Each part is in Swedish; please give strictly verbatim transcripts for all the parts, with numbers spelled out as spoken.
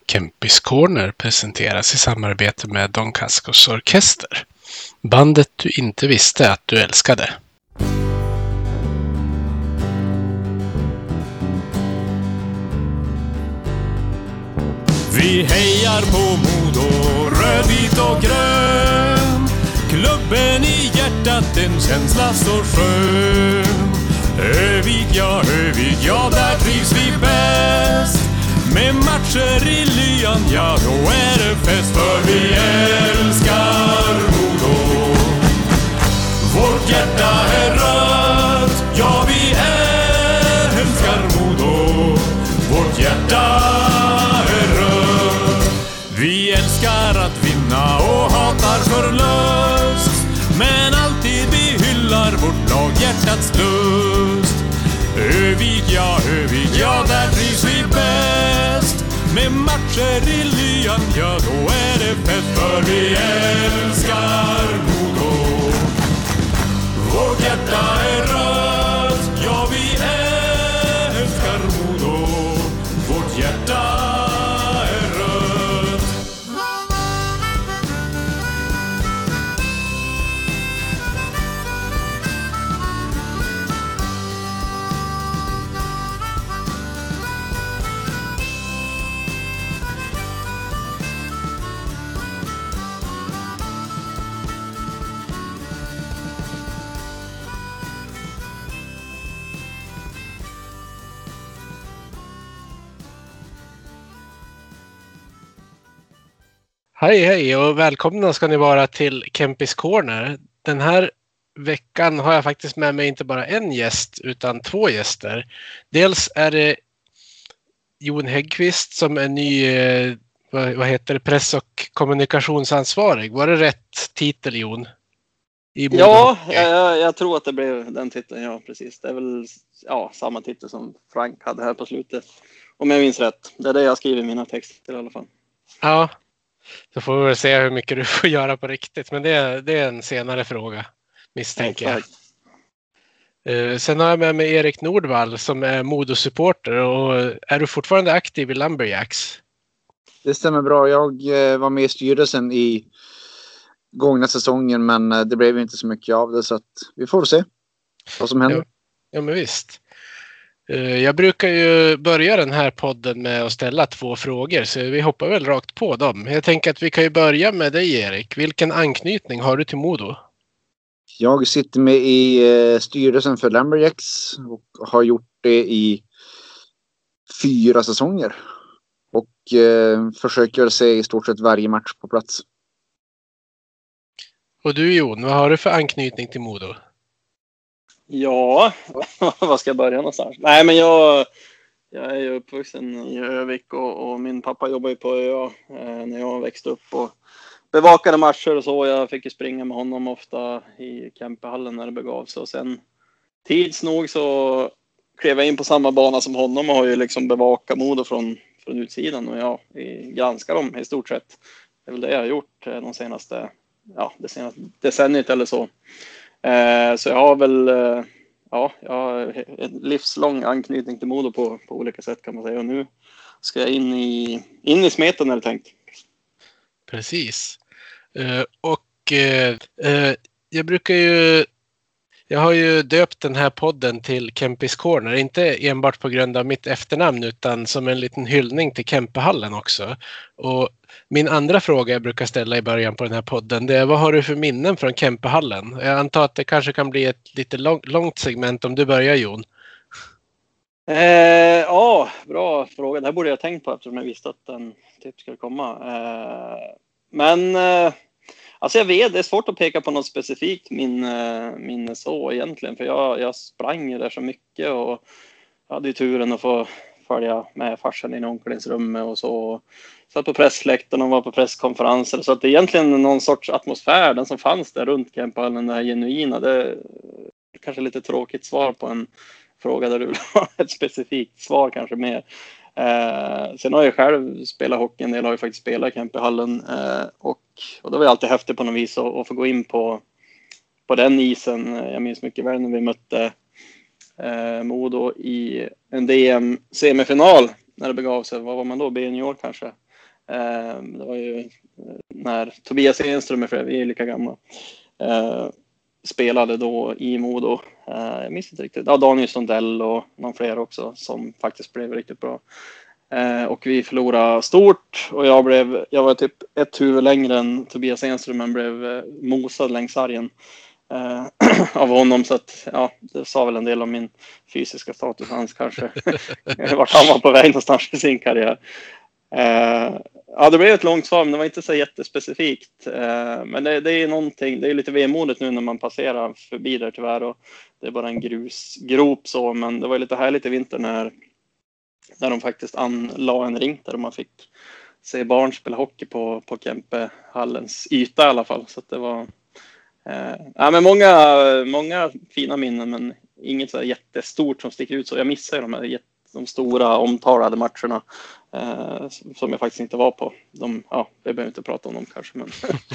Kempis Corner presenteras i samarbete med Don Cascos orkester. Bandet du inte visste att du älskade. Vi hejar på Modo, röd, vit och grön. Klubben i hjärtat, en känsla så skön. Övik, ja, Övik, ja, där trivs vi bäst. Med matcher i lyan, ja, då är det fest. För vi älskar Modo. Vårt hjärta är rött, ja, vi älskar Modo. Vårt hjärta är rött. Vi älskar att vinna och hatar förlust, men alltid vi hyllar vårt lag, hjärtats lust. Övik, ja, Övik, ja, där trivs vi bäst. Med matcher i lyan, ja, då är det fest. För vi älskar Modo. Vårt hjärta är rött, ja, vi älskar Modo. Vårt hjärta är rött. Hej hej och välkomna ska ni vara till Kempis Corner. Den här veckan har jag faktiskt med mig inte bara en gäst utan två gäster. Dels är det Jon Häggqvist som är ny eh, vad, vad heter det, press- och kommunikationsansvarig. Var det rätt titel, Jon? I ja, jag, jag tror att det blev den titeln, ja precis. Det är väl ja, samma titel som Frank hade här på slutet. Om jag minns rätt. Det är det jag skriver i mina texter i alla fall. Ja. Så får vi väl se hur mycket du får göra på riktigt. Men det är, det är en senare fråga, misstänker jag. Uh, sen har jag med mig Erik Nordvall som är Modo-supporter. Och är du fortfarande aktiv i Lumberjacks? Det stämmer bra. Jag uh, var med i styrelsen i gångna säsongen. Men uh, det blev inte så mycket av det. Så att vi får se vad som händer. Ja, ja men visst. Jag brukar ju börja den här podden med att ställa två frågor, så vi hoppar väl rakt på dem. Jag tänker att vi kan ju börja med dig, Erik. Vilken anknytning har du till Modo? Jag sitter med i styrelsen för Lumberjacks och har gjort det i fyra säsonger. Och eh, försöker se i stort sett varje match på plats. Och du, Jon, vad har du för anknytning till Modo? Ja, vad ska jag börja någonstans? Nej, men jag, jag är ju uppvuxen i Övik och, och min pappa jobbar ju på Ö eh, när jag växte upp och bevakade matcher och så. Jag fick ju springa med honom ofta i Kempehallen när det begav sig. Och sen tids nog så klev jag in på samma bana som honom och har ju liksom bevakat Modo från, från utsidan. Och ja, vi granskar dem i stort sett. Det är väl det jag har gjort de senaste, ja, det senaste decenniet eller så. Eh, så jag har väl eh, ja, jag har en livslång anknytning till Modo på, på olika sätt kan man säga. Och nu ska jag in i, in i smeten är det tänkt. Precis. Uh, och uh, jag brukar ju jag har ju döpt den här podden till Kempis Corner, inte enbart på grund av mitt efternamn utan som en liten hyllning till Kempehallen också. Och min andra fråga jag brukar ställa i början på den här podden, det är: vad har du för minnen från Kempehallen? Jag antar att det kanske kan bli ett lite lång, långt segment om du börjar, Jon. Eh, ja, bra fråga. Det här borde jag ha tänkt på eftersom jag visste att den typ skulle komma. Eh, men eh, alltså jag vet, det är svårt att peka på något specifikt minne, minne så egentligen. För jag, jag sprang ju där så mycket och jag hade ju turen att få följa med farsan i omklädningsrummet och så. Satt på pressläktaren och var på presskonferenser. Så att det är egentligen någon sorts atmosfär, den som fanns där runt Kempehallen, det här genuina. Det är kanske lite tråkigt svar på en fråga där du vill ha ett specifikt svar kanske mer. Eh, sen har jag själv spelat hockey, en del har ju faktiskt spelat i Kempehallen. Eh, och, och det var ju alltid häftigt på något vis att, att få gå in på, på den isen. Jag minns mycket väl när vi mötte eh, Modo i en D M-semifinal när det begav sig. Vad var man då? B-junior kanske. Eh, det var ju när Tobias Enström är för vi är lika gamla. Eh, spelade då i Modo. Eh, jag minns inte riktigt. Ja, Daniel Stondell och någon fler också som faktiskt blev riktigt bra. Eh, och vi förlorade stort och jag blev, jag var typ ett huvud längre än Tobias Enström men blev eh, mosad längs sargen eh, av honom, så att ja, det sa väl en del om min fysiska status, hans kanske vart han var på väg någonstans i sin karriär. Eh, ja, det blev ett långt svar, men det var inte så jättespecifikt, eh, men det, det är någonting, det är lite vemodigt nu när man passerar förbi där tyvärr, och det är bara en grusgrop så, men det var lite härligt i vinter när När de faktiskt anlade en rink där man fick se barn spela hockey på, på Kempehallens yta i alla fall. Så att det var eh, ja, men många, många fina minnen, men inget så jättestort som sticker ut. Så jag missar de här de stora omtalade matcherna eh, som jag faktiskt inte var på. De, ja, jag behöver inte prata om dem kanske. Men...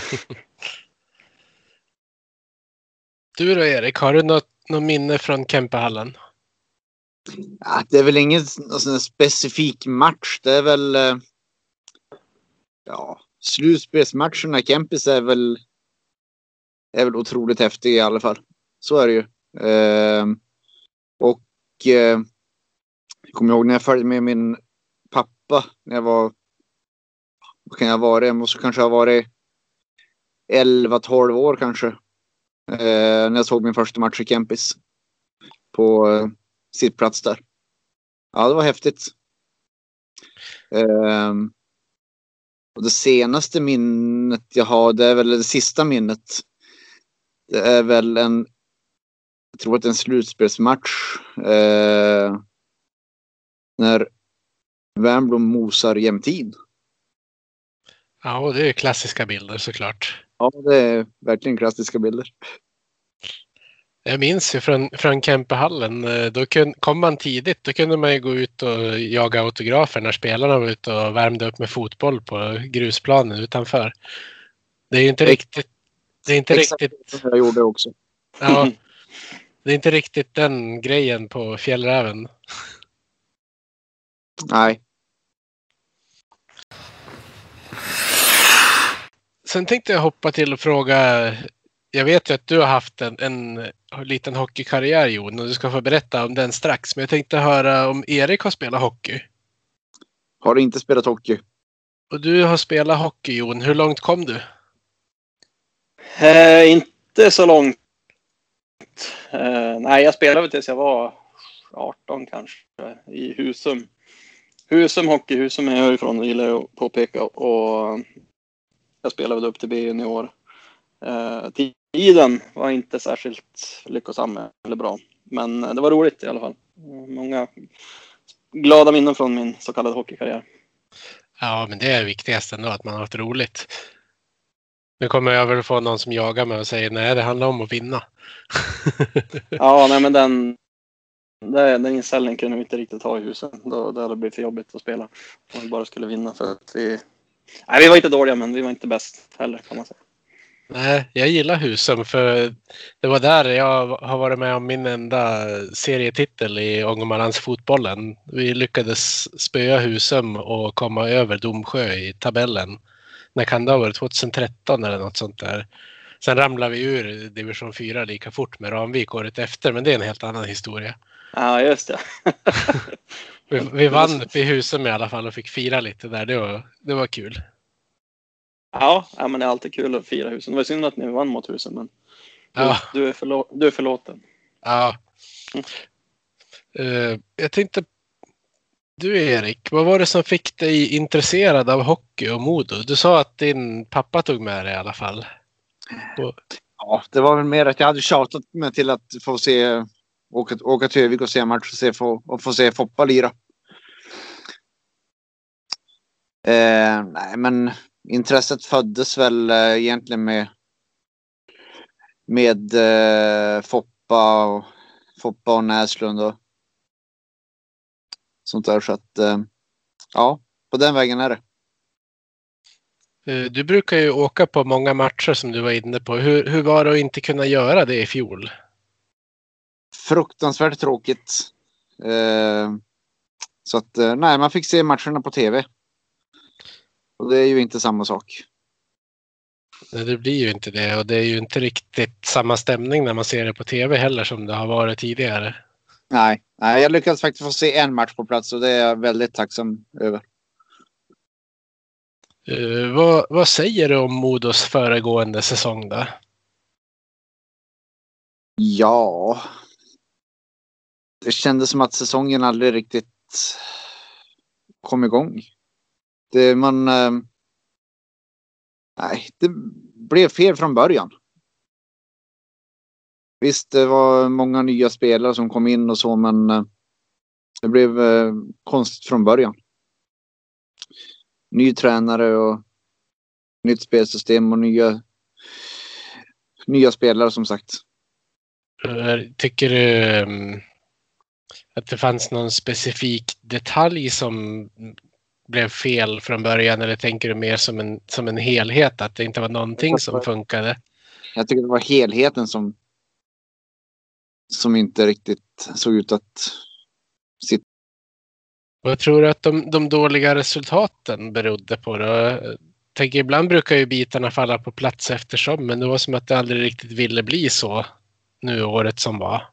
Du då Erik, har du något, något minne från Kempehallen? Ja, det är väl ingen alltså, specifik match. Det är väl eh, ja, slutspelsmatcherna i Kempis är väl är väl otroligt häftiga i alla fall. Så är det ju. Eh, och eh, jag kommer ihåg när jag följde med min pappa när jag var, vad kan jag vara? Jag måste kanske ha varit elva tolv år kanske. Eh, när jag såg min första match i Kempis på eh, sitt plats där. Ja, det var häftigt. Um, och det senaste minnet jag har, det är väl det sista minnet. Det är väl en, jag tror att det är en slutspelsmatch. Uh, när Värmblom mosar jämtid. Ja, och det är klassiska bilder såklart. Ja, det är verkligen klassiska bilder. Jag minns ju från, från Kempehallen, då kun, kom man tidigt, då kunde man ju gå ut och jaga autografer när spelarna var ute och värmde upp med fotboll på grusplanen utanför. Det är ju inte riktigt... Det är inte Exakt riktigt... som jag gjorde också. Ja, det är inte riktigt den grejen på Fjällräven. Nej. Sen tänkte jag hoppa till och fråga... Jag vet ju att du har haft en, en liten hockeykarriär, Jon, och du ska få berätta om den strax. Men jag tänkte höra om Erik har spelat hockey. Har du inte spelat hockey? Och du har spelat hockey, Jon. Hur långt kom du? Eh, inte så långt. Eh, nej, jag spelade tills jag var arton kanske i Husum. Husum hockey, Husum är jag ifrån, det gillar jag att påpeka. Och jag spelade upp till B-junior. Uh, tiden var inte särskilt lyckosam eller bra, men det var roligt i alla fall. Många glada minnen från min så kallade hockeykarriär. Ja, men det är viktigast ändå att man har haft roligt. Nu kommer jag väl få någon som jagar mig och säger nej, det handlar om att vinna. Ja, nej men den den inställningen kunde vi inte riktigt ha i husen. Då, då hade det blivit för jobbigt att spela om vi bara skulle vinna, för att vi nej, vi var inte dåliga, men vi var inte bäst heller kan man säga. Nej, jag gillar Husum för det var där jag har varit med om min enda serietitel i Ångermanlands fotbollen. Vi lyckades spöa Husum och komma över Domsjö i tabellen. När kan det ha varit? tjugohundratretton eller något sånt där. Sen ramlade vi ur division fyra lika fort med Ramvik året efter, men det är en helt annan historia. Ja, just det. vi, vi vann i Husum i alla fall och fick fira lite där. Det var, det var kul. Ja, ja, men det är alltid kul att fira Husen. Det var synd att ni vann mot Husen, men ja. du, du, är förlå- du är förlåten. Ja. Mm. Uh, jag tänkte, du Erik, vad var det som fick dig intresserad av hockey och Modo? Du sa att din pappa tog med dig i alla fall. Och... Ja, det var väl mer att jag hade tjatat mig till att få se åka, åka till Övik och se en match och, se, få, och få se Foppa lira. Eh, nej, men intresset föddes väl eh, egentligen med med eh, Foppa och Foppa och Näslund och sånt där, så att eh, ja, på den vägen är det. Du brukar ju åka på många matcher som du var inne på. Hur, hur var det att inte kunna göra det i fjol? Fruktansvärt tråkigt. Eh, Så att nej, man fick se matcherna på tv. Och det är ju inte samma sak. Nej, det blir ju inte det. Och det är ju inte riktigt samma stämning när man ser det på tv heller som det har varit tidigare. Nej, nej jag lyckades faktiskt få se en match på plats och det är jag väldigt tacksam över. Uh, vad, vad säger du om Modos föregående säsong då? Ja. Det kändes som att säsongen aldrig riktigt kom igång. Det man... Eh, nej, det blev fel från början. Visst, det var många nya spelare som kom in och så, men eh, det blev eh, konstigt från början. Ny tränare och nytt spelsystem och nya nya spelare som sagt. Tycker du um, att det fanns någon specifik detalj som blev fel från början, eller tänker du mer som en, som en helhet, att det inte var någonting som funkade? Jag tycker det var helheten som som inte riktigt såg ut att sitta. Vad tror du att de, de dåliga resultaten berodde på då? Jag tänker, ibland brukar ju bitarna falla på plats eftersom, men det var som att det aldrig riktigt ville bli så nu året som var.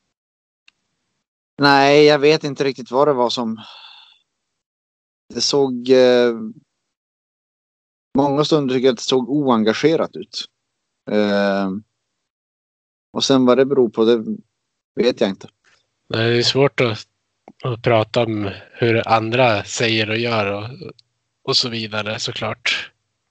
Nej, jag vet inte riktigt vad det var som... Det såg... Eh... Många stunder tycker jag att det såg oengagerat ut. Eh... Och sen vad det beror på, det vet jag inte. Det är svårt att, att prata om hur andra säger och gör och, och så vidare såklart.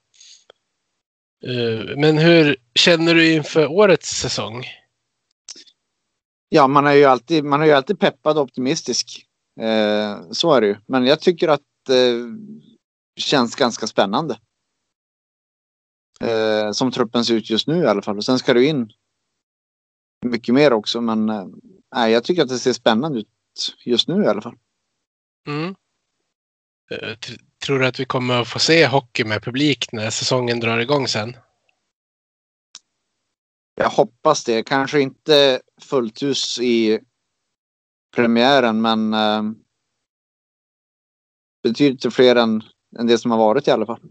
Uh, men hur känner du inför årets säsong? Ja, man är ju alltid, man är ju alltid peppad och optimistisk. Eh, så är det ju. Men jag tycker att det eh, känns ganska spännande. Eh, som truppen ser ut just nu i alla fall. Och sen ska du in mycket mer också. Men eh, jag tycker att det ser spännande ut just nu i alla fall. Mm. Uh, t- tror du att vi kommer att få se hockey med publik när säsongen drar igång sen? Jag hoppas det. Kanske inte fullt hus i premiären, men eh, betydligt fler än, än det som har varit i alla fall.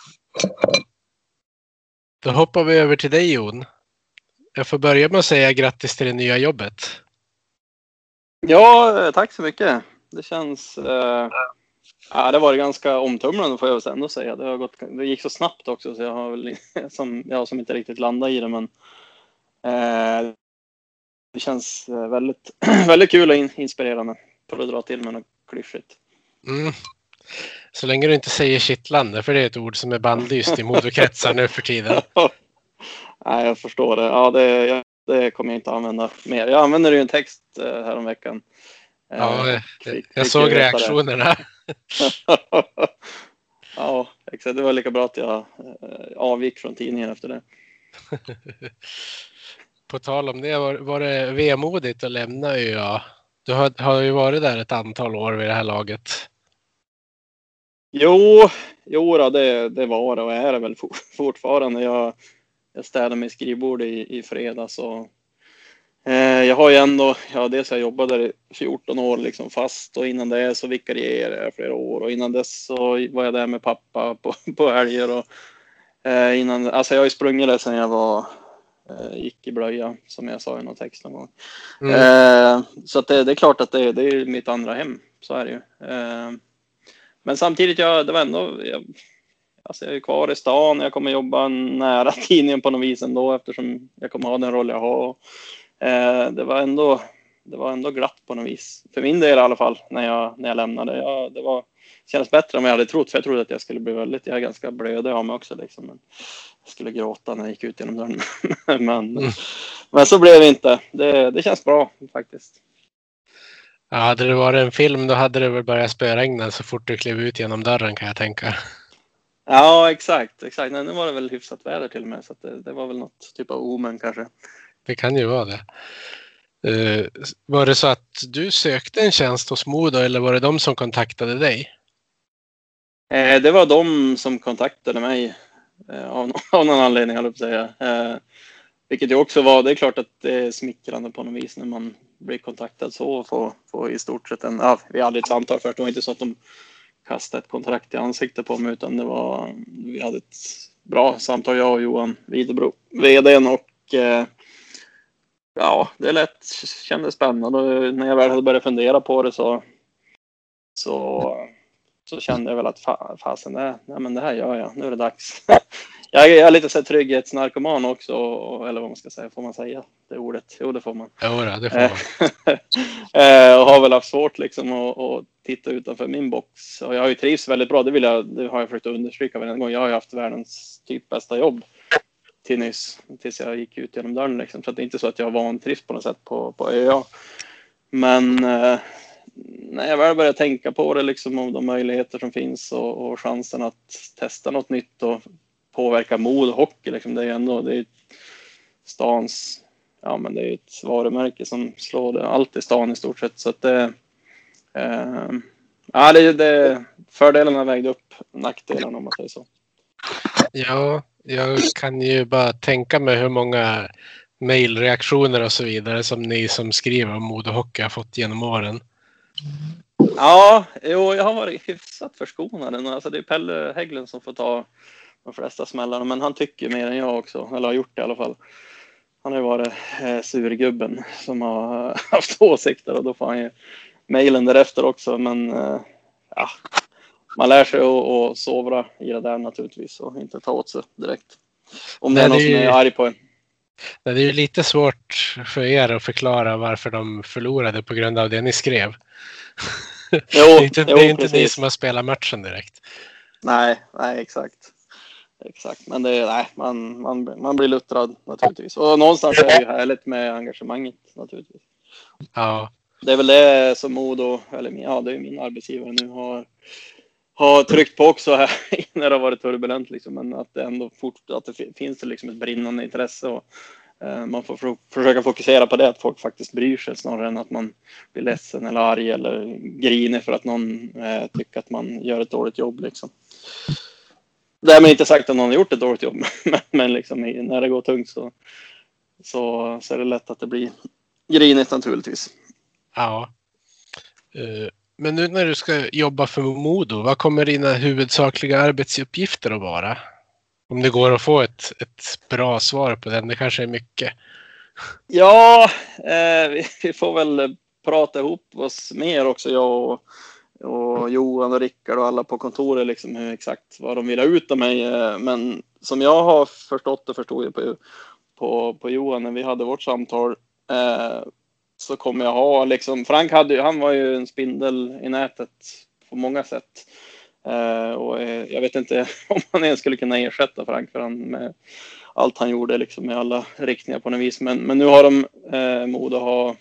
Då hoppar vi över till dig, Jon. Jag får börja med att säga grattis till det nya jobbet. Ja, tack så mycket. Det känns... Eh, ja, det var ganska omtumlande får jag ändå säga. Det, har gått, det gick så snabbt också så jag har väl som, jag som inte riktigt landat i det, men eh, det känns väldigt, väldigt kul och in, inspirerande för att dra till med något klyschigt. Mm. Så länge du inte säger kittlande, för det är ett ord som är bannlyst i modekretsar nu för tiden. Nej, jag förstår det. Ja, det, jag, det kommer jag inte använda mer. Jag använder ju en text här om veckan. Ja, jag, jag, jag såg reaktionerna. Ja, exakt. Det var lika bra att jag avgick från tidningen efter det. På tal om det, var, var det vemodigt att lämna Ö A? Du har, har ju varit där ett antal år vid det här laget. Jo, jo då, det, det var det och är det väl fortfarande. Jag, jag städade med skrivbord i, i fredags och eh, jag har ju ändå, ja dels jag jobbade där i fjorton år liksom fast och innan det så vikarierade jag flera år och innan dess så var jag där med pappa på, på helger och eh, innan, alltså jag har ju sprungit där sedan jag var eh, gick i blöja som jag sa i någon text någon gång. Mm. Eh, så att det, det är klart att det, det är mitt andra hem, så är det ju. Eh, Men samtidigt, jag, det var ändå, jag, alltså jag är kvar i stan, jag kommer jobba nära tidningen på något vis ändå eftersom jag kommer ha den roll jag har. Eh, det var ändå, det var ändå glatt på något vis. För min del i alla fall, när jag, när jag lämnade. Ja, det var, det kändes bättre än vad jag hade trott, för jag trodde att jag skulle bli väldigt, jag är ganska blödig av mig också liksom. Men jag skulle gråta när jag gick ut genom dörren. men, mm. men så blev det inte. Det, det känns bra faktiskt. Ja, hade det varit en film då hade det väl börjat spöregna så fort du klev ut genom dörren, kan jag tänka. Ja, exakt. exakt. Nej, nu var det väl hyfsat väder till och med, så att det, det var väl något typ av omen kanske. Det kan ju vara det. Uh, var det så att du sökte en tjänst hos Modo eller var det de som kontaktade dig? Eh, det var de som kontaktade mig eh, av, av någon anledning, jag vill säga. Eh, vilket ju också var, det är klart att det är smickrande på något vis när man bli kontaktad så och få, få i stort sett en, ja, vi hade ett samtal först, det var inte så att de kastade ett kontrakt i ansiktet på mig, utan det var, vi hade ett bra samtal, jag och Johan Widerbro, vdn, och eh, ja, det lät, kändes spännande, och när jag väl hade börjat fundera på det så så, så kände jag väl att fa, fasen, det, nej, men det här gör jag, nu är det dags. Jag är lite så här trygghetsnarkoman också, eller vad man ska säga, får man säga det ordet? Jo, det får man. Jo, det får man. Och har väl haft svårt liksom att, att titta utanför min box. Och jag har ju trivs väldigt bra, det vill jag, det har jag försökt understryka varje gång. Jag har ju haft världens typ bästa jobb till nyss, tills jag gick ut genom dörren liksom. Så det är inte så att jag har vantrivs på något sätt på, på ÖA. Men eh, när jag väl börjar tänka på det liksom, om de möjligheter som finns och, och chansen att testa något nytt och påverka mod och hockey liksom, det är ju ändå, det är stans, ja men det är ett varumärke som slår det allt i stan i stort sett, så att det eh, ja, det, det fördelarna vägde upp nackdelarna, om man säger så. Ja, jag kan ju bara tänka mig hur många mejlreaktioner och så vidare som ni som skriver om mod och hockey har fått genom åren. Ja, jo, jag har varit hyfsat förskonad. Alltså, det är Pelle Hägglund som får ta de flesta smällarna, men han tycker mer än jag också, eller har gjort det i alla fall. Han har ju varit eh, surgubben som har haft åsikter, och då får han ju mejlen därefter också, men eh, ja, man lär sig att, att sovra i det där naturligtvis och inte ta åt sig direkt. Om det är någon som är arg på en. Det är ju lite svårt för er att förklara varför de förlorade på grund av det ni skrev. Jo, det är inte, jo, det är inte precis. ni som har spelat matchen direkt. Nej, nej exakt. Exakt, men det är, nej, man, man, man blir luttrad naturligtvis. Och någonstans är det ju härligt med engagemanget naturligtvis. Ja. Det är väl det som Modo, eller ja, det är min arbetsgivare nu, har, har tryckt på också här när det har varit turbulent liksom, men att det ändå fort, att det finns det liksom ett brinnande intresse, och eh, man får för, försöka fokusera på det, att folk faktiskt bryr sig snarare än att man blir ledsen eller arg eller grinig för att någon eh, tycker att man gör ett dåligt jobb liksom. Därmed inte sagt att någon har gjort ett dåligt jobb, men, men liksom, när det går tungt så, så, så är det lätt att det blir grinigt naturligtvis. Ja. Uh, men nu när du ska jobba för Modo, vad kommer dina huvudsakliga arbetsuppgifter att vara? Om det går att få ett, ett bra svar på den, det kanske är mycket. Ja, eh, vi, vi får väl prata ihop oss mer också, jag och och Johan och Rickard och alla på kontoret liksom, hur exakt vad de vill ha ut av mig. Men som jag har förstått och förstod på, på, på Johan när vi hade vårt samtal, eh, så kommer jag ha liksom, Frank hade, han var ju en spindel i nätet på många sätt. Eh, och jag vet inte om man ens skulle kunna ersätta Frank för han med allt han gjorde liksom, med alla riktningar på något vis. Men, men nu har de eh, mod att ha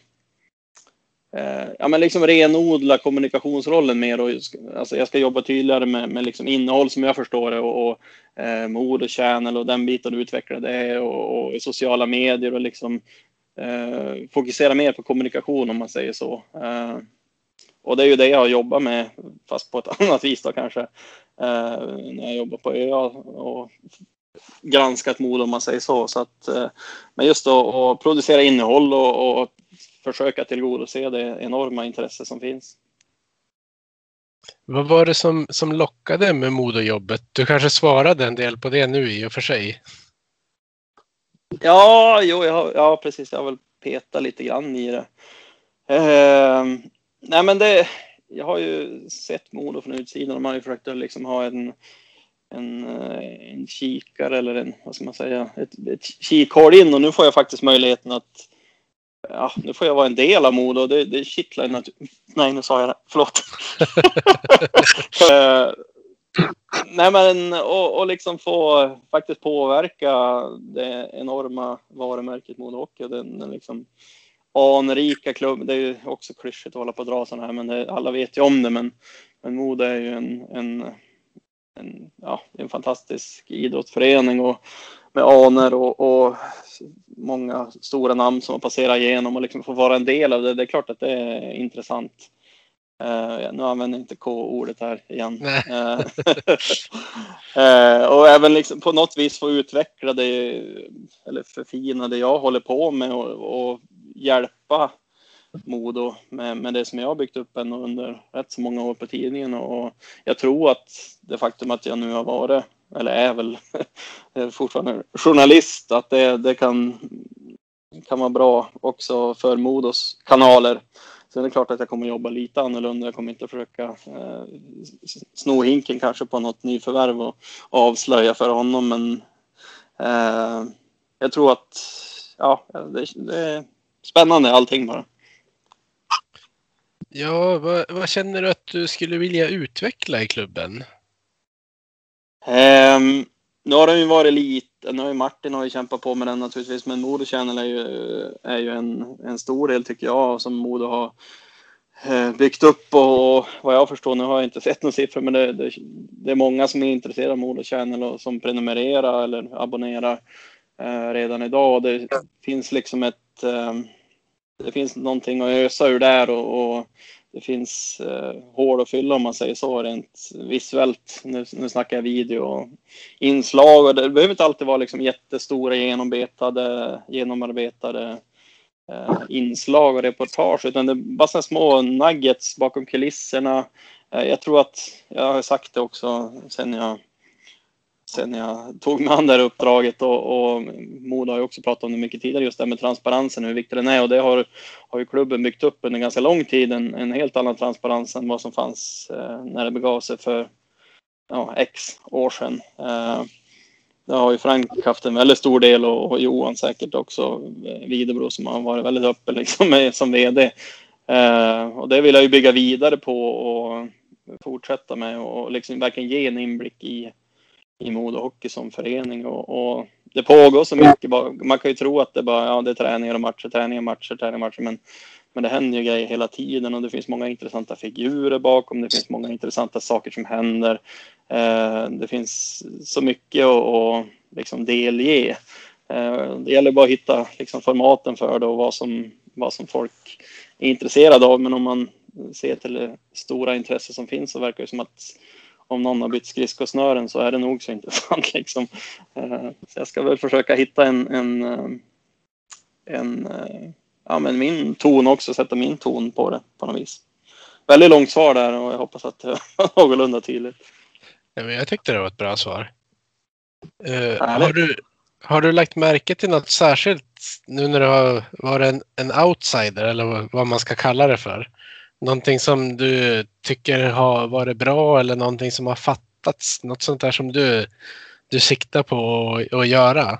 ja, men liksom renodla kommunikationsrollen mer, och alltså jag ska jobba tydligare med, med liksom innehåll som jag förstår det, och, och eh, mod och channel och den biten, utveckla det, och, och sociala medier, och liksom eh, fokusera mer på kommunikation, om man säger så. Eh, och det är ju det jag har jobbat med, fast på ett annat vis då kanske, eh, när jag jobbar på ÖA och granskat mod, om man säger så. Så att, eh, men just då att producera innehåll och, och försöka tillgodose det enorma intresse som finns. Vad var det som, som lockade med Modojobbet? Du kanske svarade en del på det nu i och för sig. Ja, jo, jag har, ja precis. Jag har väl petat lite grann i det. Eh, nej, men det, jag har ju sett Modo från utsidan, och man har ju försökt att liksom ha en, en, en kikare eller en, vad ska man säga, ett, ett kikhål in, och nu får jag faktiskt möjligheten att ja, nu får jag vara en del av Modo, och det, det kittlar naturligtvis. Nej, nu sa jag det. Förlåt. uh, nej, men och, och liksom få faktiskt påverka det enorma varumärket Modo Hockey, och den, den liksom anrika klubb. Det är ju också klyschigt att hålla på att dra sådana här, men det, alla vet ju om det, men, men Modo är ju en, en, en, ja, en fantastisk idrottsförening, och med aner och, och många stora namn som har passerat igenom, och liksom få vara en del av det. Det är klart att det är intressant. Uh, nu använder jag inte K-ordet här igen. Uh, uh, och även liksom på något vis få utveckla det, eller förfina det jag håller på med, och, och hjälpa Modo med, med det som jag har byggt upp ändå under rätt så många år på tidningen. Och jag tror att det faktum att jag nu har varit, eller är väl fortfarande journalist, att det, det kan, kan vara bra också för Modos kanaler. Sen är det klart att jag kommer jobba lite annorlunda. Jag kommer inte försöka eh, sno hinken kanske på något nyförvärv och avslöja för honom. Men eh, jag tror att ja, det, det är spännande allting bara. Ja, vad, vad känner du att du skulle vilja utveckla i klubben? Um, nu har den ju varit lite, nu har ju Martin har ju kämpat på med den naturligtvis, men Modo Channel är ju, är ju en, en stor del tycker jag som Modo har eh, byggt upp, och vad jag förstår, nu har jag inte sett några siffror, men det, det, det är många som är intresserade av Modo Channel och som prenumererar eller abonnerar eh, redan idag, och det finns liksom ett eh, det finns någonting att ösa ur där, och, och det finns eh, hål att fylla om man säger så rent visuellt. Nu, nu snackar jag video och inslag, och det behöver inte alltid vara liksom jättestora genombetade, genomarbetade eh, inslag och reportage, utan det är bara så små nuggets bakom kulisserna. Eh, jag tror att, jag har sagt det också sen jag Sen jag tog mig an det här uppdraget, och, och Modo har ju också pratat om det mycket tidigare, just det med transparensen, hur viktig den är, och det har, har ju klubben byggt upp under ganska lång tid, en, en helt annan transparens än vad som fanns eh, när det begav sig för ja, x år sedan. Eh, det har ju Frank haft en väldigt stor del, och, och Johan säkert också, eh, Videbro som har varit väldigt öppen liksom, med, som vd. Eh, och det vill jag ju bygga vidare på och fortsätta med, och liksom verkligen ge en inblick i i Modo Hockey som förening, och, och det pågår så mycket. Man kan ju tro att det bara ja, det är träningar och matcher, träningar, matcher, träningar, matcher, men, men det händer ju grejer hela tiden, och det finns många intressanta figurer bakom, det finns många intressanta saker som händer. Eh, det finns så mycket att, att liksom delge. Eh, det gäller bara att hitta liksom formaten för det och vad som, vad som folk är intresserade av, men om man ser till det stora intresse som finns, så verkar det som att om någon har bytt skridskosnören så är det nog så intressant liksom. Så jag ska väl försöka hitta en, en, en ja, men min ton också, sätta min ton på det på något vis. Väldigt långt svar där, och jag hoppas att det var någorlunda tydligt. Ja, men jag tyckte det var ett bra svar. Uh, har, du, har du lagt märke till något särskilt nu när du har varit en, en outsider, eller vad man ska kalla det för? Någonting som du tycker har varit bra, eller någonting som har fattats? Något sånt där som du, du siktar på att, att göra?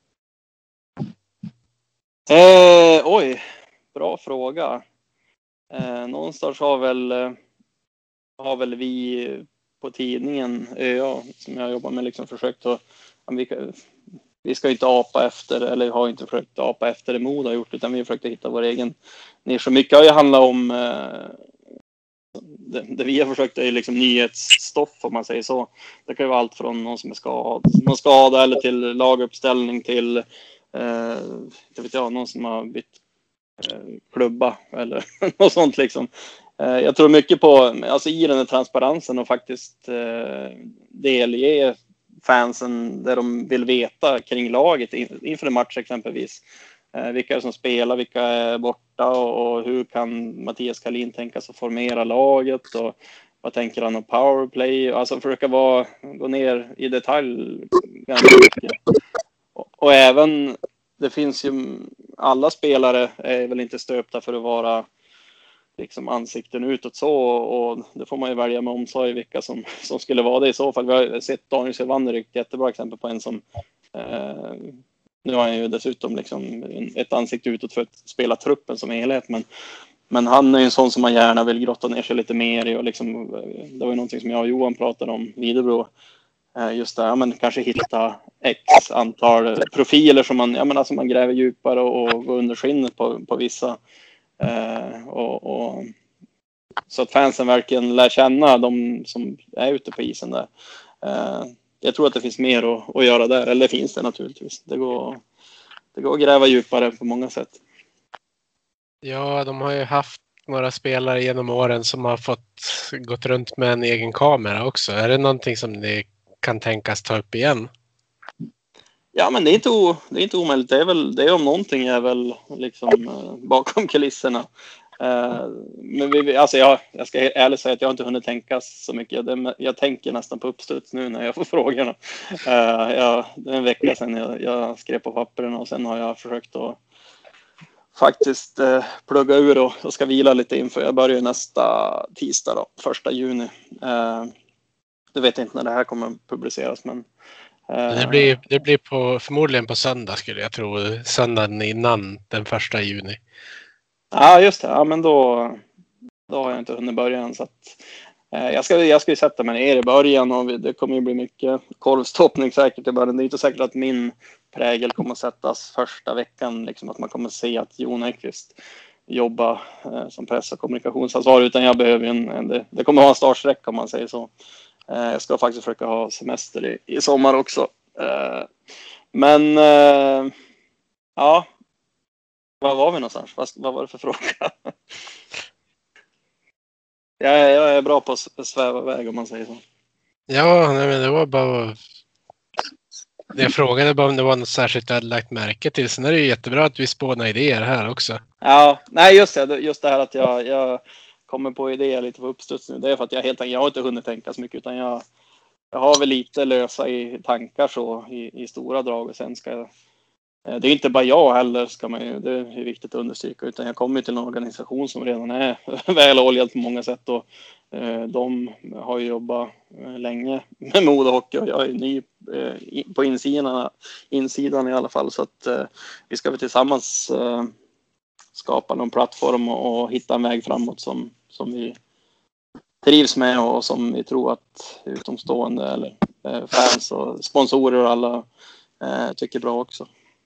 Eh, oj, bra fråga. Eh, någonstans har väl, har väl vi på tidningen, ja, som jag jobbar med, liksom försökt att... Vi, vi ska inte apa efter, eller har inte försökt apa efter det Modo har gjort, utan vi har försökt hitta vår egen nisch. Så mycket har ju handlat om... Eh, Det, det vi har försökt är liksom nyhetsstoff, om man säger så. Det kan ju vara allt från någon som är skadad, någon skada eller till laguppställning till eh, jag vet jag, någon som har bytt eh, klubba eller något sånt liksom. Eh, jag tror mycket på, alltså i den här transparensen, och faktiskt eh, delge fansen det de vill veta kring laget inför en match exempelvis. Eh, vilka är som spelar, vilka är borta, och, och hur kan Mattias Kalin tänka sig att formera laget, och vad tänker han om powerplay, alltså försöka vara, gå ner i detalj ganska mycket. Och, och även, det finns ju, alla spelare är väl inte stöpta för att vara liksom ansikten utåt så, och det får man ju välja med omsorg vilka som, som skulle vara det i så fall. Vi har sett Daniel Sylvander, ett jättebra exempel på en som eh, nu har han ju dessutom liksom ett ansikte utåt för att spela truppen som helhet, men, men han är ju en sån som man gärna vill grotta ner sig lite mer i, och liksom, det var ju någonting som jag och Johan pratade om, Videbro, just det, ja, men kanske hitta x antal profiler som man, ja, men alltså man gräver djupare och, och går under skinnet på, på vissa, eh, och, och så att fansen verkligen lär känna de som är ute på isen där. Eh, Jag tror att det finns mer att, att göra där. Eller finns det naturligtvis. Det går, det går att gräva djupare på många sätt. Ja, de har ju haft några spelare genom åren som har fått gått runt med en egen kamera också. Är det någonting som ni kan tänkas ta upp igen? Ja, men det är inte, o, det är inte omöjligt. Det är väl, det är om någonting är väl liksom eh, bakom kulisserna. Eh, men vi, alltså jag, jag ska ärligt säga att jag inte hunnit tänka så mycket. Det, jag tänker nästan på uppstuds nu när jag får frågorna. Eh, jag, det är en vecka sedan jag, jag skrev på pappren och sen har jag försökt att faktiskt eh, plugga ur och, och ska vila lite inför. Jag börjar nästa tisdag då, första juni. Eh, det vet jag inte när det här kommer publiceras, men Det blir, det blir på, förmodligen på söndag skulle jag tro. Söndagen innan den första juni. Ja, just det. Ja, men då, då har jag inte hunnit börja än. Så att, eh, jag, ska, jag ska ju sätta mig ner i början och vi, det kommer ju bli mycket korvstoppning säkert i början. Det är inte säkert att min prägel kommer att sättas första veckan. Liksom, att man kommer att se att Jon Ekqvist jobbar eh, som press- och kommunikationsansvarig. Utan jag behöver en, en det, det kommer att ha en startsträcka om man säger så. Jag ska faktiskt försöka ha semester i, i sommar också. Men ja, var var vi någonstans? Vad, vad var det för fråga? jag, jag är bra på att sväva iväg om man säger så. Ja, nej, men det var bara... Jag frågade bara om det var något särskilt du hade lagt märke till. Sen är det ju jättebra att vi spånar idéer här också. Ja, nej just det. Just det här att jag... jag kommer på idéer lite på uppstuds nu. Det är för att jag helt enkelt, jag har inte hunnit tänka så mycket utan jag, jag har väl lite lösa i tankar så i, i stora drag och sen ska jag, det är inte bara jag heller ska man ju, det är viktigt att understryka, utan jag kommer till en organisation som redan är väl oljad på många sätt och eh, de har ju jobbat eh, länge med modehockey och jag är ny eh, på insidan, insidan i alla fall så att eh, vi ska väl tillsammans eh, skapa någon plattform och, och hitta en väg framåt som, som vi trivs med och som vi tror att utomstående eller eh, fans och sponsorer och alla eh, tycker bra också.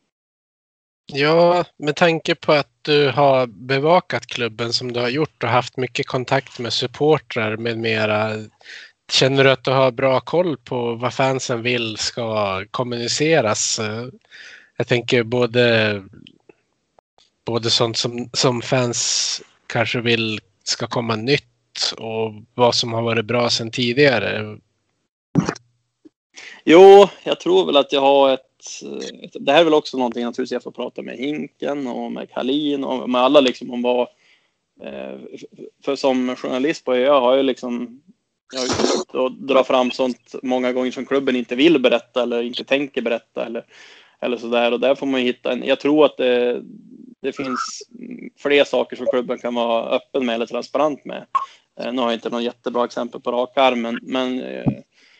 Ja, med tanke på att du har bevakat klubben som du har gjort och haft mycket kontakt med supportrar med mera. Känner du att du har bra koll på vad fansen vill ska kommuniceras? Jag tänker både, både sånt som, som fans kanske vill ska komma nytt och vad som har varit bra sedan tidigare. Jo, jag tror väl att jag har ett det här är väl också någonting naturligtvis jag får prata med Hinken och med Kalin och med alla liksom om vad för som journalist på jag har ju liksom jag har ju försökt att dra fram sånt många gånger som klubben inte vill berätta eller inte tänker berätta eller, eller sådär och där får man ju hitta en, jag tror att det, det finns fler saker som klubben kan vara öppen med eller transparent med. Nu har jag inte någon jättebra exempel på rak arm men, men eh,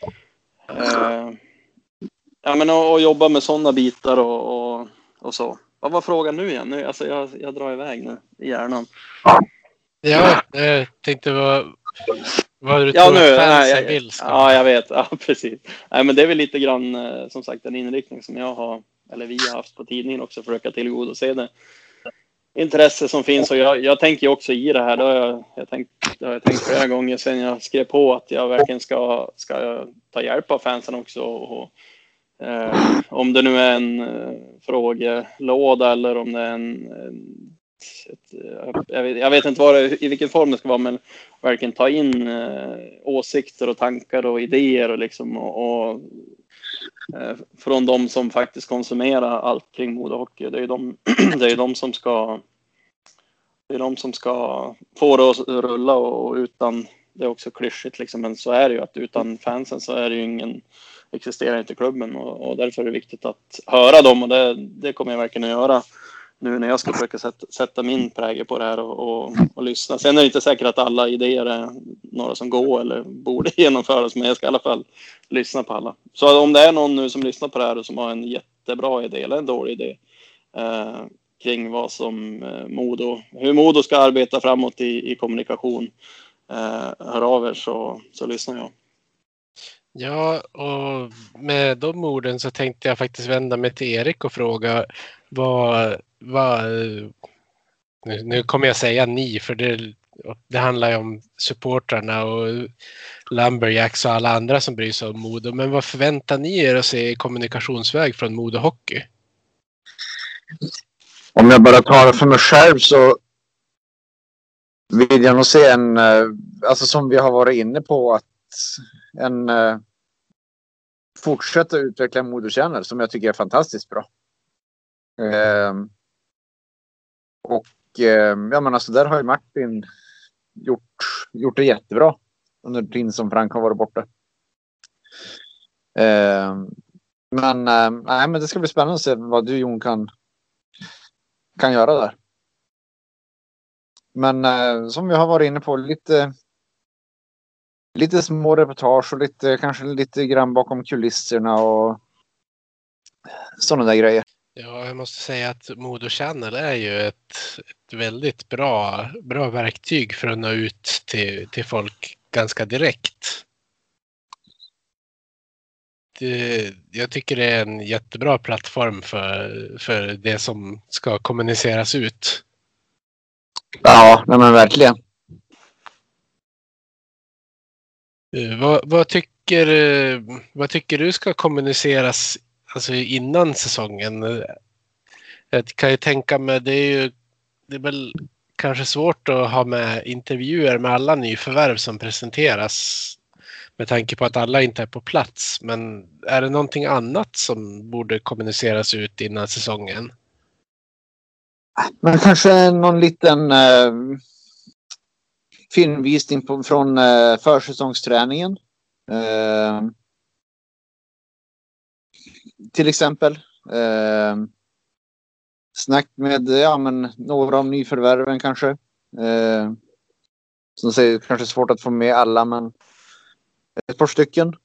eh, ja, men att jobba med sådana bitar och, och, och så. Vad var frågan nu igen? Nu, alltså jag, jag drar iväg nu i hjärnan. Ja, jag tänkte vad, vad du ja, tror nu, att fansen nej, jag, vill. Ska. Ja, jag vet. Ja, precis. Nej, men det är väl lite grann som sagt en inriktning som jag har, eller vi har haft på tidningen också, försöka tillgodose det intresse som finns. Och jag, jag tänker också i det här, då har jag, jag, tänkt, det har jag tänkt flera gånger sedan jag skrev på att jag verkligen ska, ska ta hjälp av fansen också och Eh, om det nu är en eh, frågelåda eller om det är en, en ett, jag, vet, jag vet inte vad det, i vilken form det ska vara men verkligen ta in eh, åsikter och tankar och idéer och liksom och, och eh, från de som faktiskt konsumerar allt kring modehockey. Det är ju de, det är de som ska det är de som ska få det att rulla och, och utan det är också klyschigt liksom men så är det ju att utan fansen så är det ju ingen existerar inte klubben och, och därför är det viktigt att höra dem och det, det kommer jag verkligen att göra nu när jag ska försöka sätta, sätta min prägel på det här och, och, och lyssna. Sen är det inte säkert att alla idéer är några som går eller borde genomföras men jag ska i alla fall lyssna på alla. Så om det är någon nu som lyssnar på det här och som har en jättebra idé eller en dålig idé eh, kring vad som eh, Modo, hur Modo ska arbeta framåt i, i kommunikation eh, hör av er så, så lyssnar jag. Ja, och med de orden så tänkte jag faktiskt vända mig till Erik och fråga vad, vad nu, nu kommer jag säga ni för det, det handlar ju om supportrarna och Lumberjacks och alla andra som bryr sig om Modo. Men vad förväntar ni er att se i kommunikationsväg från Modo Hockey? Om jag bara tar det för mig själv så vill jag nog se en, alltså som vi har varit inne på att en, fortsätta utveckla Modo Channel som jag tycker är fantastiskt bra. Eh, och eh, ja, men alltså där har ju Martin gjort, gjort det jättebra under tiden som Frank har varit borta. Eh, men, eh, nej, men det ska bli spännande att se vad du, Jon, kan, kan göra där. Men eh, som vi har varit inne på, lite lite små reportage och lite, kanske lite grann bakom kulisserna och sådana där grejer. Ja, jag måste säga att Modo Channel är ju ett, ett väldigt bra, bra verktyg för att nå ut till, till folk ganska direkt. Det, jag tycker det är en jättebra plattform för, för det som ska kommuniceras ut. Ja, nej men verkligen. Uh, vad, vad, tycker, uh, vad tycker du ska kommuniceras alltså innan säsongen? Jag kan ju tänka mig, det är ju det är väl kanske svårt att ha med intervjuer med alla nyförvärv som presenteras med tanke på att alla inte är på plats. Men är det någonting annat som borde kommuniceras ut innan säsongen? Men kanske någon liten eh, filmvisning på, från eh, försäsongsträningen. Eh, till exempel. Eh, snack med ja, men några av nyförvärven kanske. Eh, som säger kanske svårt att få med alla, men ett par stycken.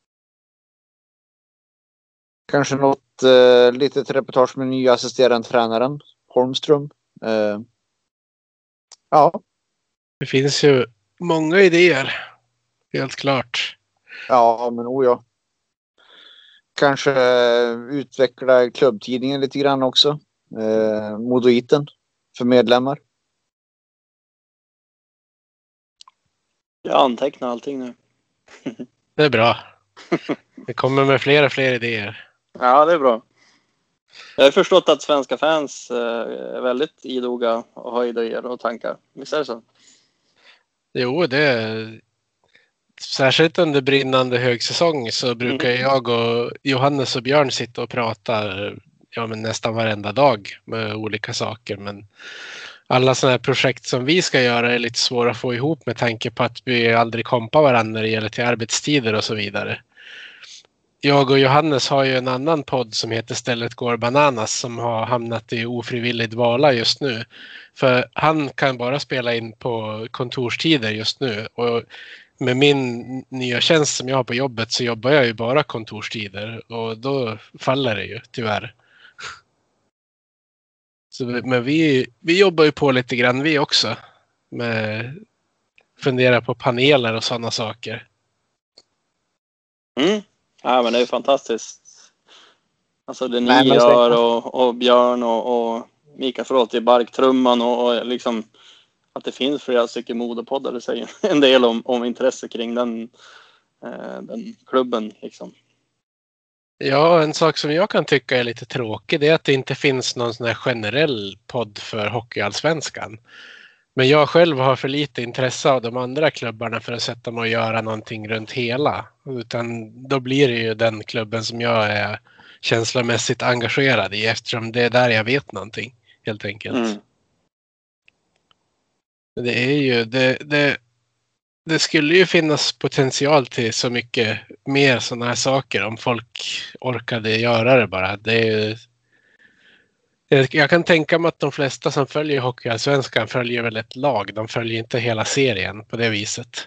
Kanske något eh, litet reportage med nya assisterande tränaren Holmström. Eh, ja. Det finns ju många idéer. Helt klart. Ja, men oh ja. Kanske eh, utveckla klubbtidningen lite grann också. Eh, Modoiten för medlemmar. Jag antecknar allting nu. Det är bra. Det kommer med fler och fler idéer. Ja, det är bra. Jag har förstått att svenska fans är väldigt idoga och har idéer och tankar. Visst är det så? Jo, det är... Särskilt under brinnande högsäsong så brukar mm. jag och Johannes och Björn sitta och prata ja, men nästan varenda dag med olika saker. Men alla sådana här projekt som vi ska göra är lite svåra att få ihop med tanke på att vi aldrig kompar varandra när det gäller till arbetstider och så vidare. Jag och Johannes har ju en annan podd som heter Stället går bananas som har hamnat i ofrivillig dvala just nu. För han kan bara spela in på kontorstider just nu. Och med min nya tjänst som jag har på jobbet så jobbar jag ju bara kontorstider. Och då faller det ju tyvärr. Så, men vi, vi jobbar ju på lite grann vi också. Med fundera på paneler och sådana saker. Mm. Ja, men det är fantastiskt. Alltså det ni Nej, gör och, och Björn och, och Mika förlåt i Barktrumman och, och liksom att det finns flera stycken modepoddar. Det säger en del om, om intresse kring den, eh, den klubben liksom. Ja, en sak som jag kan tycka är lite tråkig det är att det inte finns någon sån här generell podd för Hockeyallsvenskan. Men jag själv har för lite intresse av de andra klubbarna för att sätta mig och göra någonting runt hela. Utan då blir det ju den klubben som jag är känslomässigt engagerad i eftersom det är där jag vet någonting helt enkelt. Mm. Det är ju, det, det, det skulle ju finnas potential till så mycket mer sådana här saker om folk orkade göra det bara. Det är ju, jag kan tänka mig att de flesta som följer Hockeyallsvenskan följer väl ett lag. De följer inte hela serien på det viset.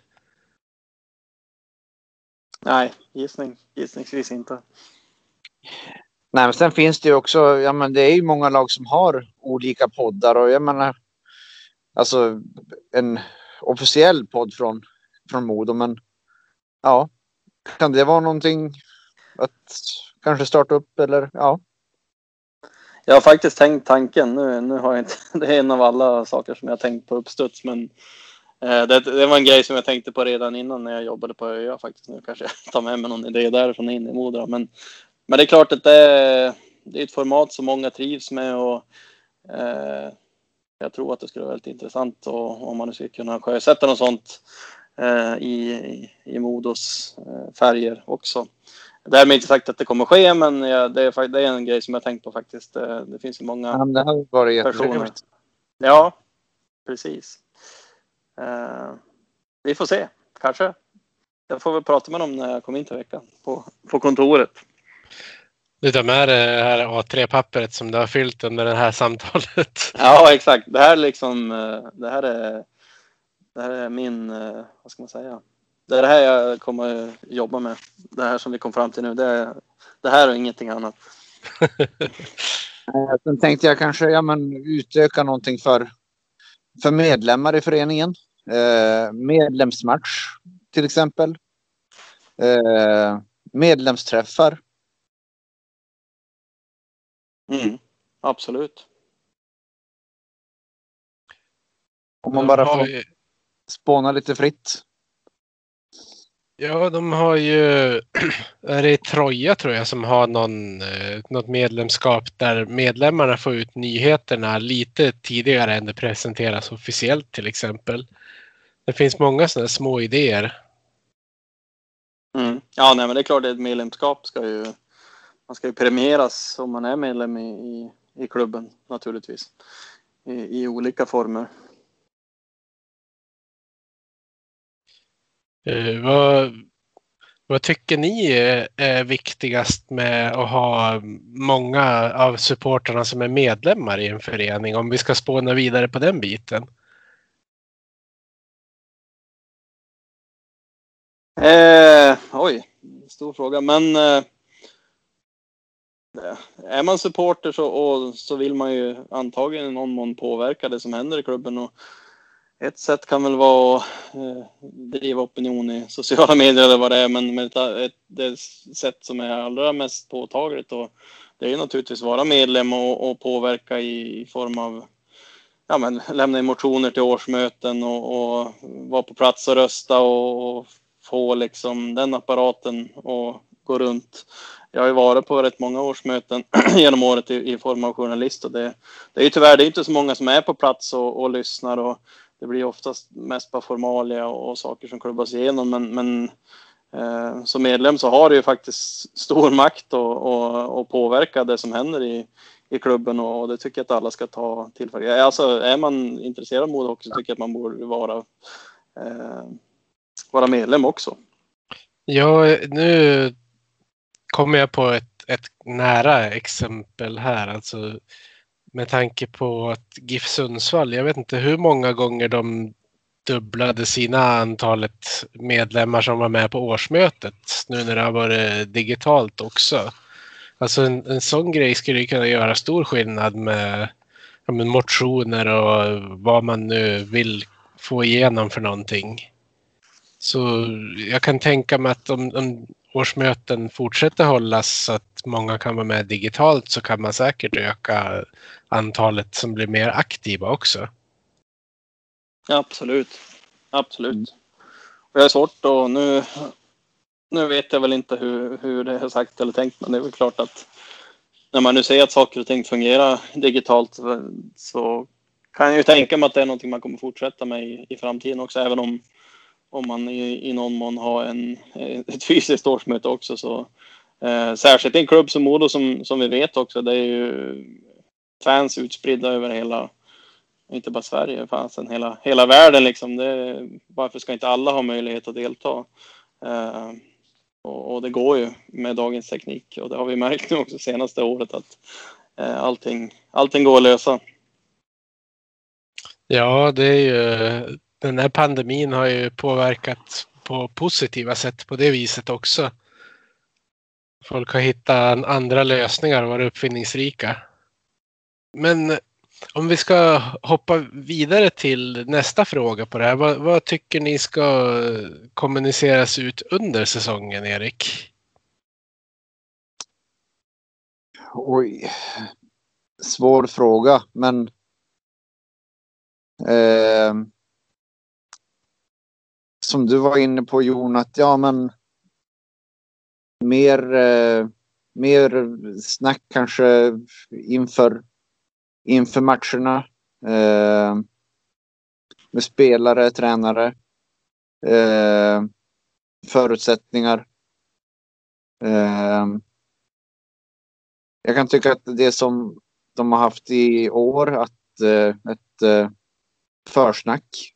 Nej, gissning, gissningsvis inte. Nej, men sen finns det ju också, ja men det är ju många lag som har olika poddar och jag menar, alltså en officiell podd från, från Modo, men ja, kan det vara någonting att kanske starta upp eller ja? Jag har faktiskt tänkt tanken, nu, nu har jag inte, det är en av alla saker som jag tänkt på uppstuds, men eh, det, det var en grej som jag tänkte på redan innan när jag jobbade på ÖA faktiskt. Nu kanske jag tar med mig någon idé därifrån in i Modo, men, men det är klart att det är, det är ett format som många trivs med och eh, jag tror att det skulle vara väldigt intressant och, om man skulle kunna sjösätta något sånt eh, i, i, i Modos eh, färger också. Därmed inte sagt att det kommer ske, men ja, det, är, det är en grej som jag tänkt på faktiskt. Det, det finns ju många Ja, det har varit personer. jättetrevligt. Ja, precis. Uh, vi får se, kanske. Jag får väl prata med dem när jag kommer in till veckan på, på kontoret. Du tar med det här A tre-pappret som du har fyllt under det här samtalet. Ja, exakt. Det här liksom, det här är, det här är min, vad ska man säga? Det är det här jag kommer jobba med. Det här som vi kom fram till nu, det, är, det här och ingenting annat. Sen tänkte jag kanske ja, men utöka någonting för, för medlemmar i föreningen. Eh, medlemsmatch till exempel. Eh, medlemsträffar. Mm, absolut. Om man bara får spåna lite fritt. Ja, de har ju, är det Troja tror jag som har någon, något medlemskap där medlemmarna får ut nyheterna lite tidigare än det presenteras officiellt till exempel. Det finns många sådana små idéer. Mm. Ja, nej, men det är klart att ett medlemskap ska ju, man ska ju premieras om man är medlem i, i, i klubben naturligtvis. I, i olika former. Uh, vad, vad tycker ni är, är viktigast med att ha många av supporterna som är medlemmar i en förening? Om vi ska spåna vidare på den biten. Eh, oj, stor fråga. Men eh, är man supporter så, och, så vill man ju antagligen i någon mån påverka det som händer i klubben. Och ett sätt kan väl vara att eh, driva opinion i sociala medier eller vad det är. Men, men ett, ett, det sätt som är allra mest påtagligt och det är ju naturligtvis vara medlem och, och påverka i, i form av ja, men, lämna in motioner till årsmöten och, och vara på plats och rösta och, och få liksom den apparaten och gå runt. Jag har ju varit på rätt många årsmöten genom året i, i form av journalist och det, det är ju tyvärr det är inte så många som är på plats och, och lyssnar och det blir oftast mest på formalia och, och saker som klubbas igenom men, men eh, som medlem så har det ju faktiskt stor makt och, och, och påverka det som händer i, i klubben och det tycker jag att alla ska ta tillfälle. Alltså är man intresserad av modehockey så tycker jag att man borde vara eh, vara medlem också. Ja, nu kommer jag på ett, ett nära exempel här. Alltså med tanke på att GIF Sundsvall, jag vet inte hur många gånger de dubblade sina antalet medlemmar som var med på årsmötet nu när det har varit digitalt också. Alltså en, en sån grej skulle ju kunna göra stor skillnad med, ja, med motioner och vad man nu vill få igenom för någonting. Så jag kan tänka mig att om, om årsmöten fortsätter hållas så att många kan vara med digitalt så kan man säkert öka antalet som blir mer aktiva också. Absolut, absolut. Och jag är svårt och nu, nu vet jag väl inte hur, hur det är sagt eller tänkt men det är väl klart att när man nu ser att saker och ting fungerar digitalt så kan jag ju tänka mig att det är någonting man kommer fortsätta med i, i framtiden också även om om man i, i någon mån har en, ett fysiskt årsmöte också så eh, särskilt i en klubb som Modo som, som vi vet också det är ju fans utspridda över hela inte bara Sverige fansen hela, hela världen liksom det, varför ska inte alla ha möjlighet att delta eh, och, och det går ju med dagens teknik och det har vi märkt nu också senaste året att eh, allting, allting går att lösa. Ja, det är ju den här pandemin har ju påverkat på positiva sätt på det viset också. Folk har hittat andra lösningar och varit uppfinningsrika. Men om vi ska hoppa vidare till nästa fråga på det här. Vad, vad tycker ni ska kommuniceras ut under säsongen, Erik? Oj. Svår fråga, men eh, som du var inne på, Jon, att ja, men mer, eh, mer snack kanske inför, inför matcherna eh, med spelare, tränare, eh, förutsättningar. Eh, jag kan tycka att det som de har haft i år, att eh, ett eh, försnack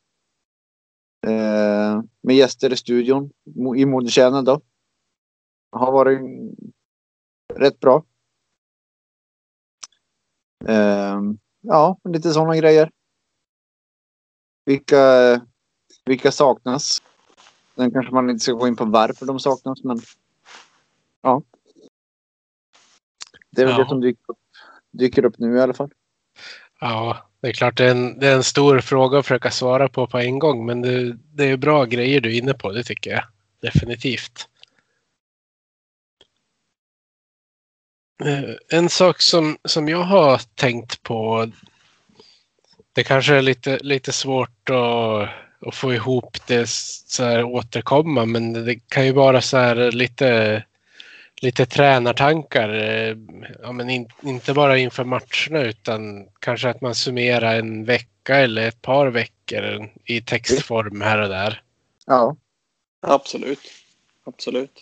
eh, med gäster i studion i modetjänsten då har varit rätt bra. Eh, ja, lite sådana grejer. Vilka, vilka saknas? Den kanske man inte ska gå in på varför de saknas, men ja. Det är väl Ja. det som dyker upp, dyker upp nu i alla fall. Ja, det är klart det är, en, det är en stor fråga att försöka svara på på en gång, men det, det är bra grejer du är inne på, det tycker jag. Definitivt. En sak som, som jag har tänkt på, det kanske är lite, lite svårt att, att få ihop det så här återkomma, men det kan ju vara så här lite, lite tränartankar, ja, men in, inte bara inför matcherna utan kanske att man summerar en vecka eller ett par veckor i textform här och där. Ja. Absolut. Absolut.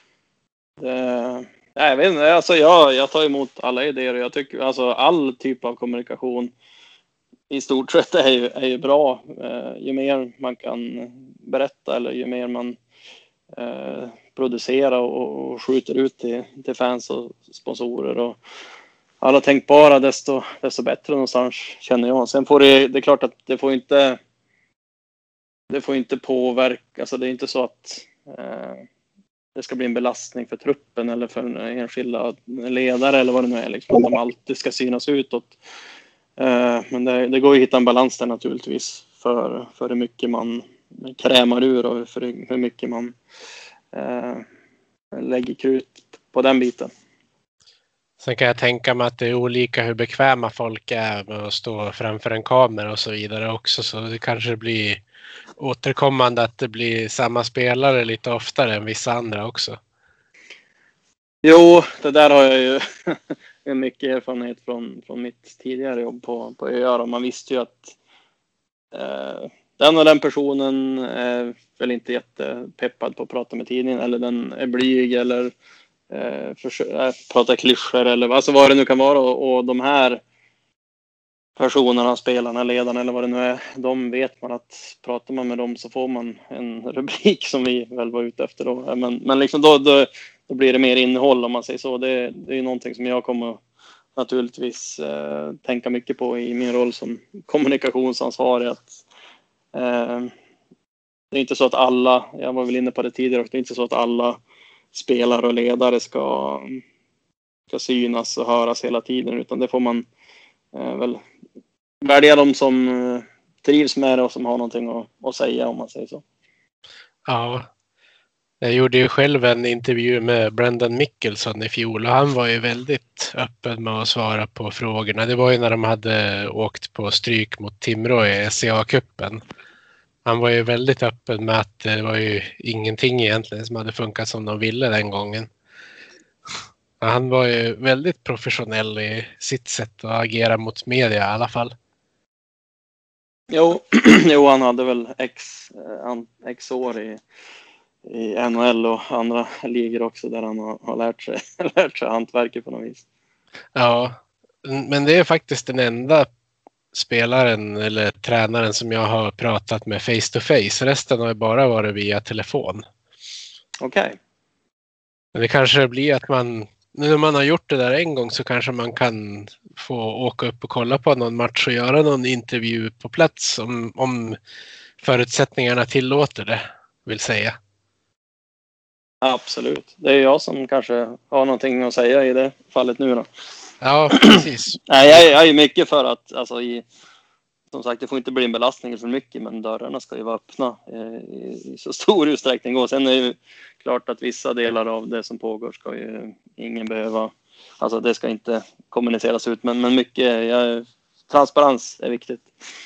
Det... Nej, jag vet inte, alltså jag, jag tar emot alla idéer och jag tycker alltså all typ av kommunikation i stort sett är ju, är ju bra. Eh, ju mer man kan berätta eller ju mer man eh, producerar och, och skjuter ut till, till fans och sponsorer och alla tänkbara, desto, desto bättre någonstans, känner jag. Sen får det, det är klart att det får inte det får inte påverka, alltså det är inte så att eh, det ska bli en belastning för truppen eller för en enskilda ledare eller vad det nu är. Liksom, att de alltid ska synas utåt. Eh, men det, det går ju att hitta en balans där naturligtvis. För, för hur mycket man krämar ur och för hur mycket man eh, lägger krut på den biten. Sen kan jag tänka mig att det är olika hur bekväma folk är med att stå framför en kamera och så vidare också. Så det kanske blir återkommande att det blir samma spelare lite oftare än vissa andra också. Jo, det där har jag ju mycket erfarenhet från, från mitt tidigare jobb på, på öar. Och man visste ju att eh, den och den personen är väl inte jättepeppad på att prata med tidningen. Eller den är blyg eller eh, försöker, äh, prata klyschor eller alltså vad det nu kan vara. Och, och de här personerna, spelarna, ledarna eller vad det nu är, de vet man att pratar man med dem så får man en rubrik som vi väl var ute efter då. Men, men liksom då, då, då blir det mer innehåll om man säger så. Det, det är ju någonting som jag kommer naturligtvis eh, tänka mycket på i min roll som kommunikationsansvarig. Att, eh, det är inte så att alla, jag var väl inne på det tidigare, det är inte så att alla spelare och ledare ska, ska synas och höras hela tiden, utan det får man eh, väl välja de som eh, trivs med det och som har någonting att, att säga, om man säger så. Ja, jag gjorde ju själv en intervju med Brendan Mickelson i fjol och han var ju väldigt öppen med att svara på frågorna. Det var ju när de hade åkt på stryk mot Timrå i S C A-cupen. Han var ju väldigt öppen med att det var ju ingenting egentligen som hade funkat som de ville den gången. Han var ju väldigt professionell i sitt sätt att agera mot media i alla fall. Jo, jo han hade väl x, x år i, i N H L och andra ligor också där han har, har lärt sig, lärt sig hantverket på något vis. Ja, men det är faktiskt den enda spelaren eller tränaren som jag har pratat med face to face. Resten har bara varit via telefon. Okej. Okay. Men det kanske blir att man, nu när man har gjort det där en gång så kanske man kan få åka upp och kolla på någon match och göra någon intervju på plats om, om förutsättningarna tillåter det, vill säga. Absolut. Det är jag som kanske har någonting att säga i det fallet nu då. Ja, precis. Nej, jag, jag är mycket för att, alltså i, som sagt, det får inte bli en belastning för mycket, men dörrarna ska ju vara öppna eh, i, i så stor utsträckning. Och sen är det ju klart att vissa delar av det som pågår ska ju ingen behöva, alltså det ska inte kommuniceras ut, men, men mycket, ja, transparens är viktigt.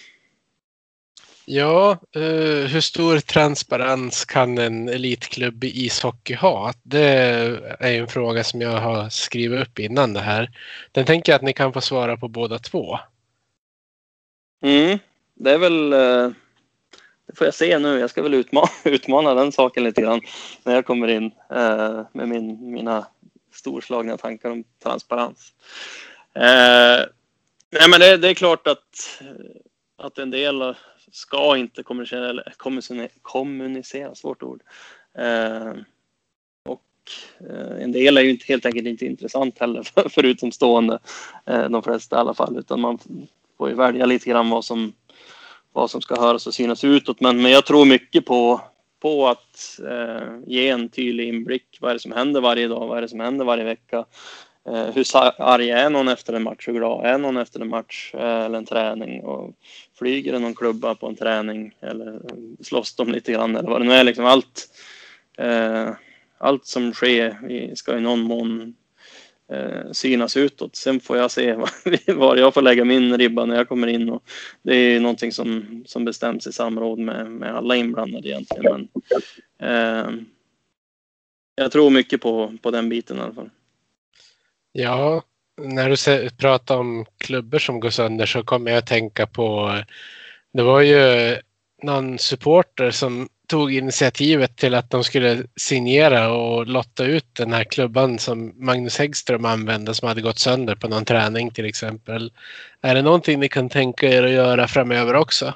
Ja, uh, hur stor transparens kan en elitklubb i ishockey ha? Det är en fråga som jag har skrivit upp innan det här. Den tänker jag att ni kan få svara på båda två. Mm, det är väl, det får jag se nu. Jag ska väl utmana, utmana den saken lite grann när jag kommer in eh, med min, mina storslagna tankar om transparens. Eh, nej, men det, det är klart att, att en del ska inte kommunicera, eller kommunicera, kommunicera svårt ord. Eh, och eh, en del är ju inte, helt enkelt inte intressant heller för, för utomstående, eh, de flesta i alla fall, utan man får ju välja lite grann vad som, vad som ska höras och synas utåt. Men, men jag tror mycket på, på att eh, ge en tydlig inblick. Vad är det som händer varje dag? Vad är det som händer varje vecka? Eh, hur arg är någon efter en match? Hur glad är någon efter en match eh, eller en träning? Och flyger det någon klubba på en träning? Eller slåss de lite grann? Eller vad det nu är. Liksom allt, eh, allt som sker ska i någon mån Eh, synas utåt. Sen får jag se var, var jag får lägga min ribba när jag kommer in, och det är någonting som, som bestäms i samråd med, med alla inblandade egentligen. Men eh, jag tror mycket på, på den biten i alla fall. Ja, när du pratar om klubbar som går sönder så kommer jag att tänka på, det var ju någon supporter som tog initiativet till att de skulle signera och lotta ut den här klubban som Magnus Häggström använde, som hade gått sönder på någon träning till exempel. Är det någonting ni kan tänka er att göra framöver också?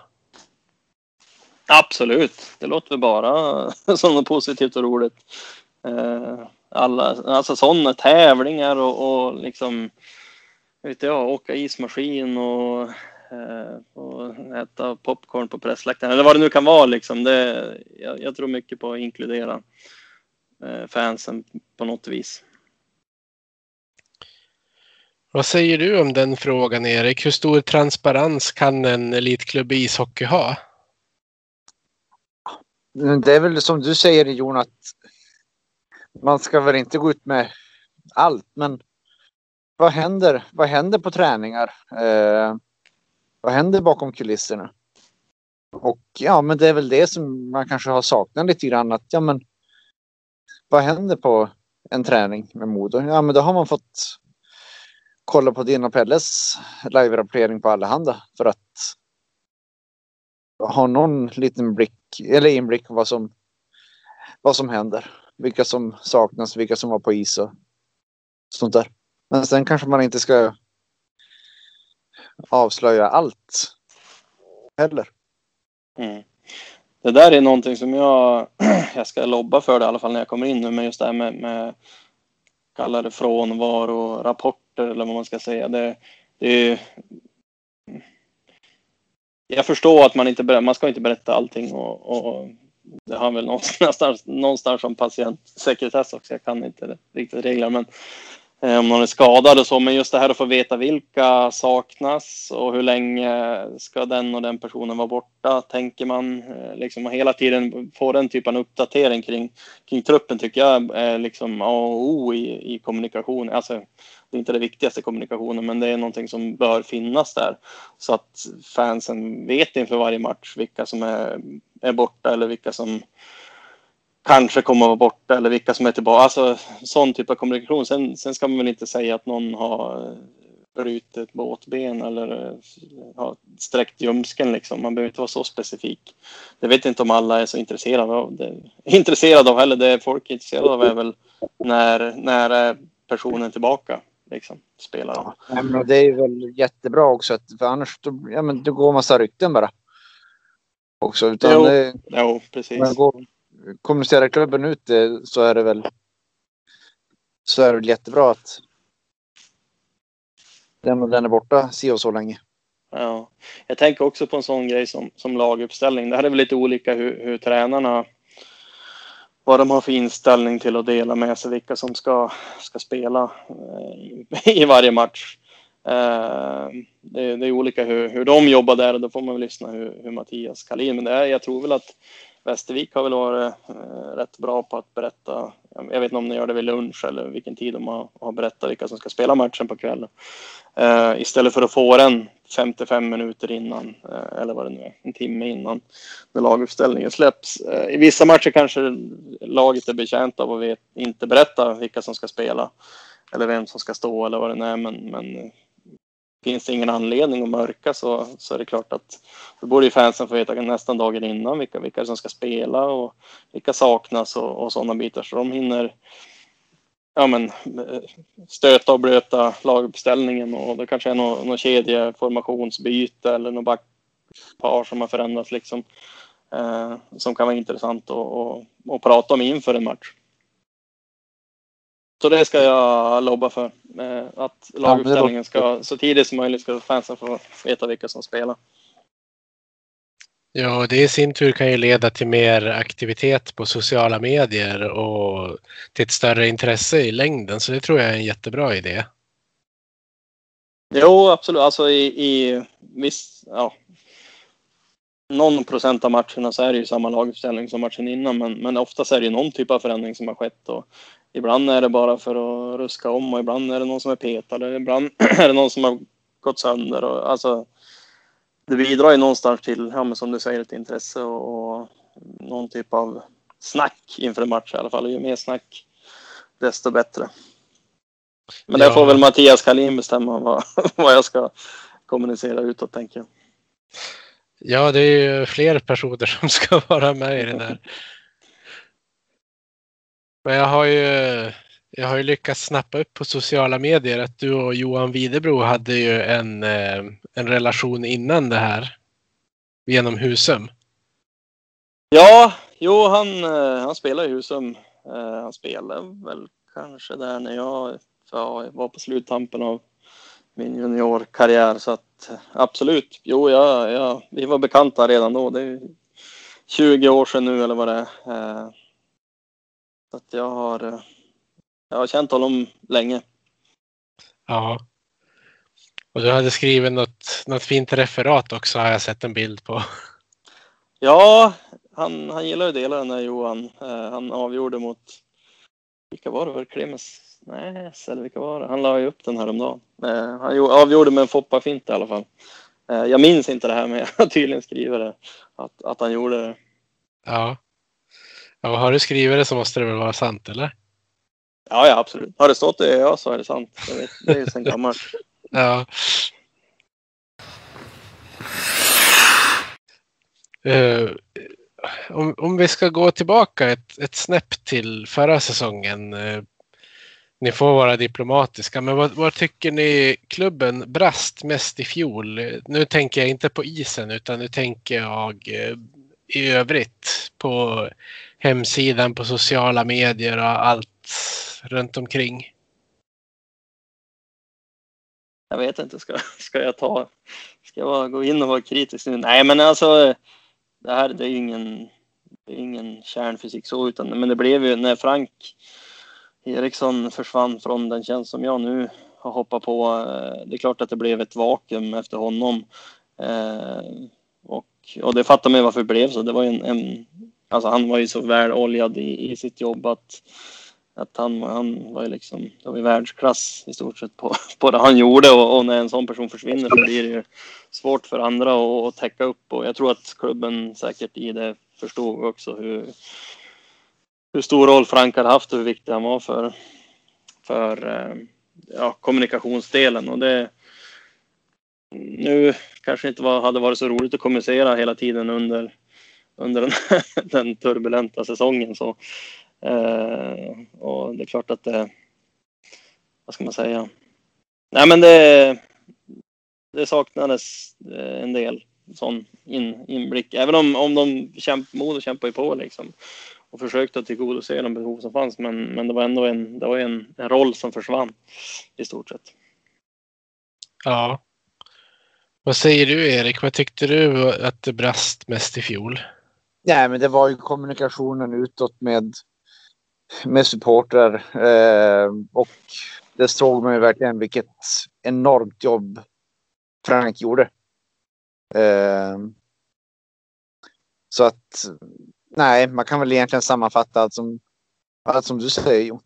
Absolut. Det låter bara som något positivt och roligt. Alla, alltså sådana tävlingar och, och liksom, vet jag, åka ismaskin och och äta popcorn på pressläktaren eller vad det nu kan vara liksom. Det, jag, jag tror mycket på att inkludera eh, fansen på något vis. Vad säger du om den frågan, Erik? Hur stor transparens kan en elitklubb i ishockey ha? Det är väl som du säger, Jon, att man ska väl inte gå ut med allt, men vad händer, vad händer på träningar? Eh, Vad händer bakom kulisserna? Och ja, men det är väl det som man kanske har saknat lite grann. Att, ja, men vad händer på en träning med Modo? Ja, men då har man fått kolla på din och Pelles live-rapportering på Allehanda för att ha någon liten blick eller inblick på vad som, vad som händer. Vilka som saknas, vilka som var på is och sånt där. Men sen kanske man inte ska avslöja allt heller. Mm. Det där är någonting som jag jag ska lobba för det i alla fall när jag kommer in nu, men just det här med, med kalla det frånvaro, rapporter eller vad man ska säga. Det, det är, jag förstår att man inte man ska inte berätta allting, och, och det har väl någonstans, någonstans som patientsekretess också. Jag kan inte riktigt regler, men om någon är skadad och så, men just det här att få veta vilka saknas och hur länge ska den och den personen vara borta, tänker man liksom, och hela tiden få den typen av uppdatering kring, kring truppen tycker jag är liksom A och O i, i kommunikation. Alltså det är inte det viktigaste kommunikationen, men det är någonting som bör finnas där så att fansen vet inför varje match vilka som är, är borta eller vilka som kanske kommer att vara borta eller vilka som är tillbaka. Alltså sån typ av kommunikation. Sen, sen ska man väl inte säga att någon har brutit ett båtben eller har sträckt ljumsken liksom. Man behöver inte vara så specifik. Det vet inte om alla är så intresserade av det. Intresserade av heller. Det folk är intresserade av är väl när, när är personen tillbaka liksom, spelar. Ja, men det är väl jättebra också att, för annars då, ja, men då går massa rykten bara. Också, utan jo, det, jo, precis. Men går, kommunicerar klubben ut det, så är det väl så är det väl jättebra att den, den är borta se och så länge. Ja, jag tänker också på en sån grej som, som laguppställning. Det här är väl lite olika hur, hur tränarna, vad de har för inställning till att dela med sig vilka som ska, ska spela eh, i varje match. Eh, det, det är olika hur, hur de jobbar där, och då får man väl lyssna hur, hur Mattias Kalin. Men det är, jag tror väl att Västervik har väl varit eh, rätt bra på att berätta. Jag vet inte om ni gör det vid lunch eller vilken tid de har, har berättat vilka som ska spela matchen på kvällen. Eh, istället för att få den femtiofem minuter innan, eh, eller vad det nu är, en timme innan när laguppställningen släpps. Eh, I vissa matcher kanske laget är betjänt av att vet, inte berätta vilka som ska spela eller vem som ska stå eller vad det nu är. Men, men finns det ingen anledning att mörka så, så är det klart att då borde ju fansen få veta nästan dagen innan vilka, vilka som ska spela och vilka saknas och, och sådana bitar. Så de hinner ja, men, stöta och blöta laguppställningen och det kanske är någon, någon kedjeformationsbyte eller någon backpar som har förändrats liksom. Eh, som kan vara intressant att och, och prata om inför en match. Så det ska jag lobba för. Eh, att laguppställningen ska så tidigt som möjligt ska fansen få veta vilka som spelar. Ja, det i sin tur kan ju leda till mer aktivitet på sociala medier och till ett större intresse i längden. Så det tror jag är en jättebra idé. Jo, absolut. Alltså i, i viss, ja, någon procent av matcherna så är det ju samma laguppställning som matchen innan. Men, men oftast är det ju någon typ av förändring som har skett. Och ibland är det bara för att ruska om och ibland är det någon som är petad. Och ibland är det någon som har gått sönder. Och, alltså, det bidrar ju någonstans till, ja, men som du säger, ett intresse och, och någon typ av snack inför en match i alla fall. Och ju mer snack, desto bättre. Men ja. Där får väl Mattias Kalin bestämma vad, vad jag ska kommunicera utåt, tänker jag. Ja, det är ju fler personer som ska vara med i det där. Men jag har ju, jag har ju lyckats snappa upp på sociala medier att du och Johan Widebro hade ju en, en relation innan det här. Genom Husum. Ja, jo, han, han spelar i Husum. Han spelar väl kanske där när jag ja, var på sluttampen av min juniorkarriär. Så att absolut, jo, ja, ja, vi var bekanta redan då. Det är tjugo år sedan nu eller vad det är. Så att jag har, jag har känt honom länge. Ja. Och du hade skrivit något, något fint referat också, har jag sett en bild på. Ja, han, han gillar ju dela den här Johan. Eh, han avgjorde mot, vilka var det? Var det Clemens? Nej, eller vilka var det? Han la ju upp den här om dagen. Eh, han avgjorde med en Foppa-fint i alla fall. Eh, jag minns inte det här, men jag tydligen skriver det. Att, att han gjorde det. Ja. Ja, har du skrivit det så måste det väl vara sant, eller? Ja, ja, absolut. Har det stått det ja, så är det sant. Jag vet, det är ju sen gammalt. Ja. Uh, om, om vi ska gå tillbaka ett, ett snäpp till förra säsongen. Uh, ni får vara diplomatiska, men vad, vad tycker ni klubben brast mest i fjol? Nu tänker jag inte på isen, utan nu tänker jag uh, i övrigt på hemsidan, på sociala medier och allt runt omkring. Jag vet inte, ska, ska jag ta, ska jag gå in och vara kritisk nu? Nej, men alltså, det här det är ju ingen, det är ingen kärnfysik så, utan men det blev ju när Frank Eriksson försvann från den tjänst som jag nu har hoppat på. Det är klart att det blev ett vakuum efter honom. Eh, och, och det fattar mig varför det blev så. Det var ju en, en alltså han var ju så väl oljad i, i sitt jobb att Att han, han var ju liksom, det var ju världsklass i stort sett på, på det han gjorde. Och, och när en sån person försvinner så blir det ju svårt för andra att, att täcka upp. Och jag tror att klubben säkert i det förstod också hur, hur stor roll Frank hade haft och hur viktig han var för, för ja, kommunikationsdelen. Och det nu kanske inte var, hade varit så roligt att kommunicera hela tiden under, under den, den turbulenta säsongen. Så Uh, och det är klart att det, vad ska man säga, nej men det, det saknades en del sån in, inblick, även om, om de kämp, mod och kämpade på liksom och försökte att tillgodose de behov som fanns, men, men det var ändå en, det var en, en roll som försvann i stort sett. Ja. Vad säger du, Erik? Vad tyckte du att det brast mest i fjol? Nej, men det var ju kommunikationen utåt med med supportrar eh, och det såg man ju verkligen vilket enormt jobb Frank gjorde. Eh, så att nej, man kan väl egentligen sammanfatta allt som, allt som du säger, Jon.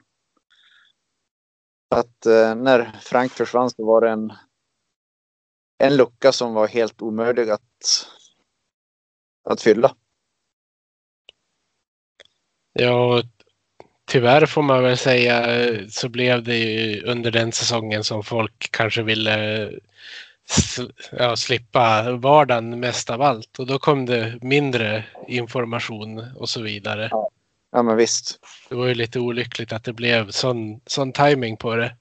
Att eh, när Frank försvann så var det en en lucka som var helt omöjlig att att fylla. Ja, tyvärr får man väl säga så blev det ju under den säsongen som folk kanske ville ja, slippa vardagen mest av allt. Och då kom det mindre information och så vidare. Ja, ja men visst. Det var ju lite olyckligt att det blev sån, sån timing på det.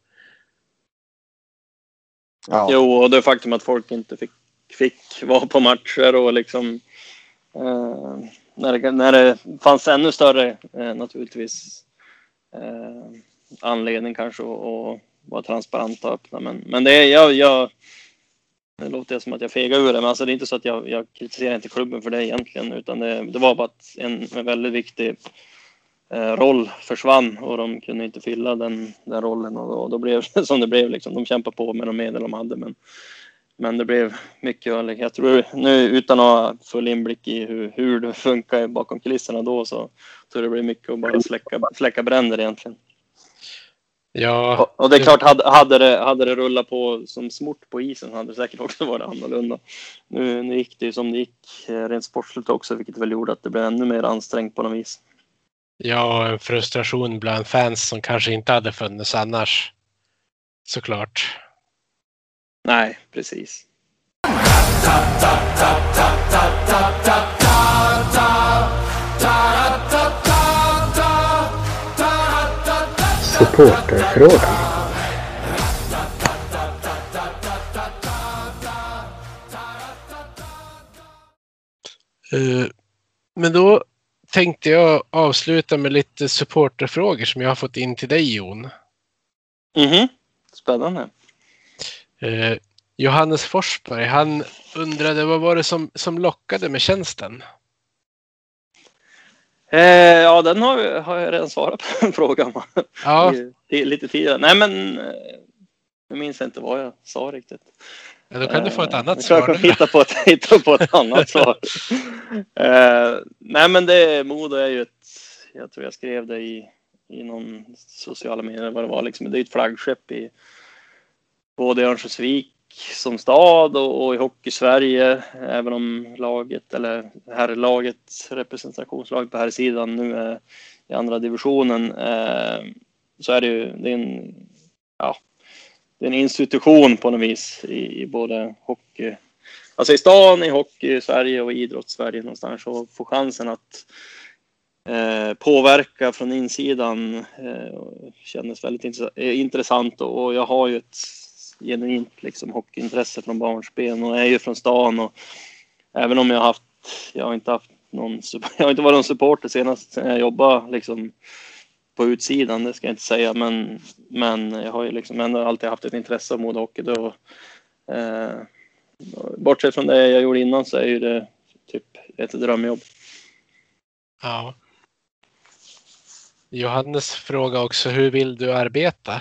Ja. Jo, och det faktum att folk inte fick, fick vara på matcher och liksom eh, när, det, när det fanns ännu större eh, naturligtvis eh, anledning kanske att, att vara transparent och öppna. Men, men det är jag, jag det låter som att jag fegar ur det, men alltså det är inte så att jag, jag kritiserar inte klubben för det egentligen, utan det, det var bara att en, en väldigt viktig eh, roll försvann och de kunde inte fylla den, den rollen och då, och då blev det som det blev liksom. De kämpade på med de medel de hade, men, men det blev mycket. Jag tror nu utan att ha full inblick i hur, hur det funkar bakom kulisserna då, så tror det blir mycket att bara släcka, släcka bränder egentligen. Ja. Och, och det är klart, hade, hade, det, hade det rullat på som smort på isen hade det säkert också varit annorlunda. Nu, nu gick det ju som det gick rent sportsligt också, vilket väl gjorde att det blev ännu mer ansträngt på något vis. Ja, en frustration bland fans som kanske inte hade funnits annars. Såklart. Nej, precis. Supporterfrågan. Uh, men då tänkte jag avsluta med lite supporterfrågor som jag har fått in till dig, Jon. Mhm, spännande. Uh, Johannes Forsberg, han undrade vad var det som, som lockade med tjänsten? Eh, ja, den har, har jag redan svarat på den frågan. Ja. Lite tidigare. Nej, men jag minns inte vad jag sa riktigt. Ja, då kan du få ett annat eh, svar. Jag kan hitta på ett, hitta på ett annat svar. Eh, nej, men det Modo är ju ett, jag tror jag skrev det i, i någon sociala medier vad det var. Liksom. Det är ett flaggskepp i både Örnsköldsvik som stad och, och i Hockey-Sverige, även om laget eller herrlaget, representationslaget på här sidan nu är i andra divisionen, eh, så är det ju det är en, ja, det är en institution på något vis i, i både hockey, alltså i stan, i Hockey-Sverige och idrotts-Sverige någonstans, och få chansen att eh, påverka från insidan eh, kändes väldigt intressant, och jag har ju ett genuint liksom hockeyintresse från barnsben och är ju från stan, och även om jag har haft jag har inte haft någon jag har inte varit någon supporter senast sen jag jobbade liksom på utsidan, det ska jag inte säga, men men jag har ju liksom ändå alltid haft ett intresse av modehockey då. Eh, bortsett från det jag gjorde innan så är ju det typ ett drömjobb. Ja. Johannes fråga också, hur vill du arbeta?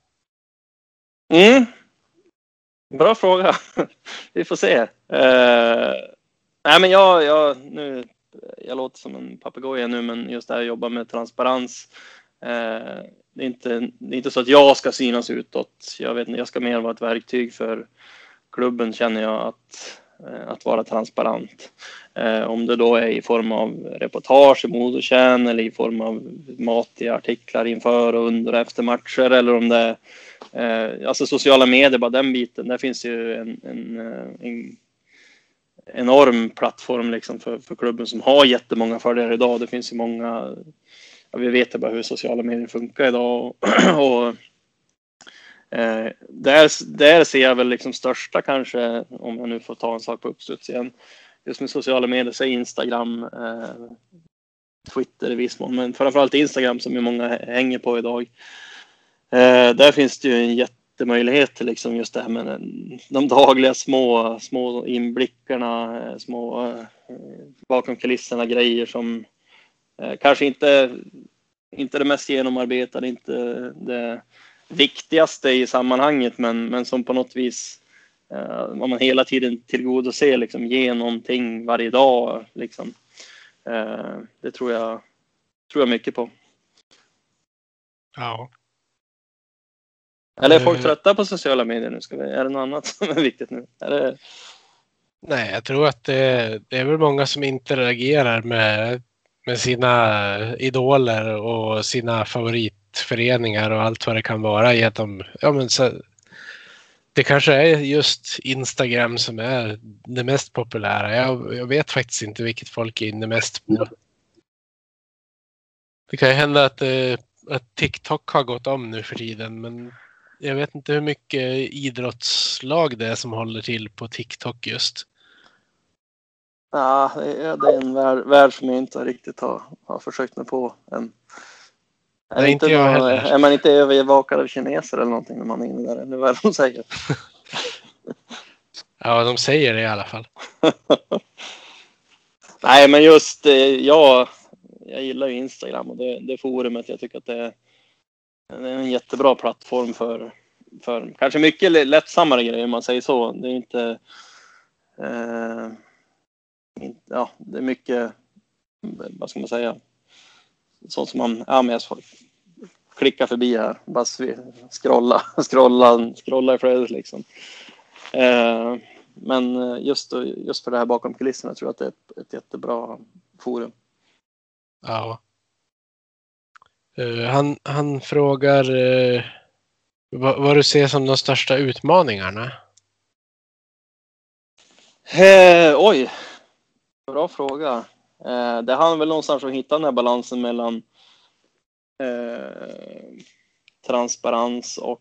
Mm. Bra fråga. Vi får se. Uh, nej, men jag, jag, nu, jag låter som en papegoja nu, men just det här jobba med transparens. Uh, det, är inte, det är inte så att jag ska synas utåt. Jag vet inte, jag ska mer vara ett verktyg för klubben, känner jag, att, uh, att vara transparent. Uh, om det då är i form av reportage i Modotjärn eller i form av matiga artiklar inför och under och efter matcher, eller om det är Eh, alltså sociala medier, bara den biten, där finns ju en, en, en enorm plattform liksom för, för klubben som har jättemånga följare idag. Det finns ju många, ja, vi vet ju bara hur sociala medier funkar idag, och, och eh, där, där ser jag väl liksom största kanske, om jag nu får ta en sak på uppstuds igen, just med sociala medier, så Instagram, eh, Twitter i viss mån, men framförallt Instagram som ju många hänger på idag. Eh, där finns det ju en jättemöjlighet till liksom just det här med den, de dagliga små, små inblickarna, eh, små eh, bakom kulisserna grejer som eh, kanske inte, inte det mest genomarbetade, inte det viktigaste i sammanhanget, men, men som på något vis eh, om man hela tiden tillgodoser liksom, ge någonting varje dag liksom. eh, det tror jag, tror jag mycket på. Ja. Eller är folk trötta på sociala medier nu? Ska vi, är det något annat som är viktigt nu? Är det... Nej, jag tror att det, det är väl många som interagerar med med sina idoler och sina favoritföreningar och allt vad det kan vara. I att de, ja, men så, det kanske är just Instagram som är det mest populära. Jag, jag vet faktiskt inte vilket folk är inne mest på. Det kan ju hända att, eh, att TikTok har gått om nu för tiden, men jag vet inte hur mycket idrottslag det är som håller till på TikTok just. Ja, det är, det är en värld, värld som jag inte riktigt har, har försökt mig på än. Är, Nej, inte inte jag någon, heller. Är man inte övervakad av kineser eller någonting när man är inne där? Eller vad de säger? Ja, de säger det i alla fall. Nej, men just jag, jag gillar ju Instagram och det, det forumet. Jag tycker att det är, det är en jättebra plattform för, för kanske mycket lättsammare grejer, om man säger så. Det är inte... Eh, ja, det är mycket, vad ska man säga, sånt som man, ja, men jag får klicka förbi här, bara scrolla, scrolla, scrolla i flödet liksom. Eh, men just, just för det här bakom kulisserna tror jag att det är ett, ett jättebra forum. Ja. Uh, han, han frågar uh, vad, vad du ser som de största utmaningarna. Eh, oj, bra fråga. Eh, det handlar väl någonstans att hitta den här balansen mellan eh, transparens och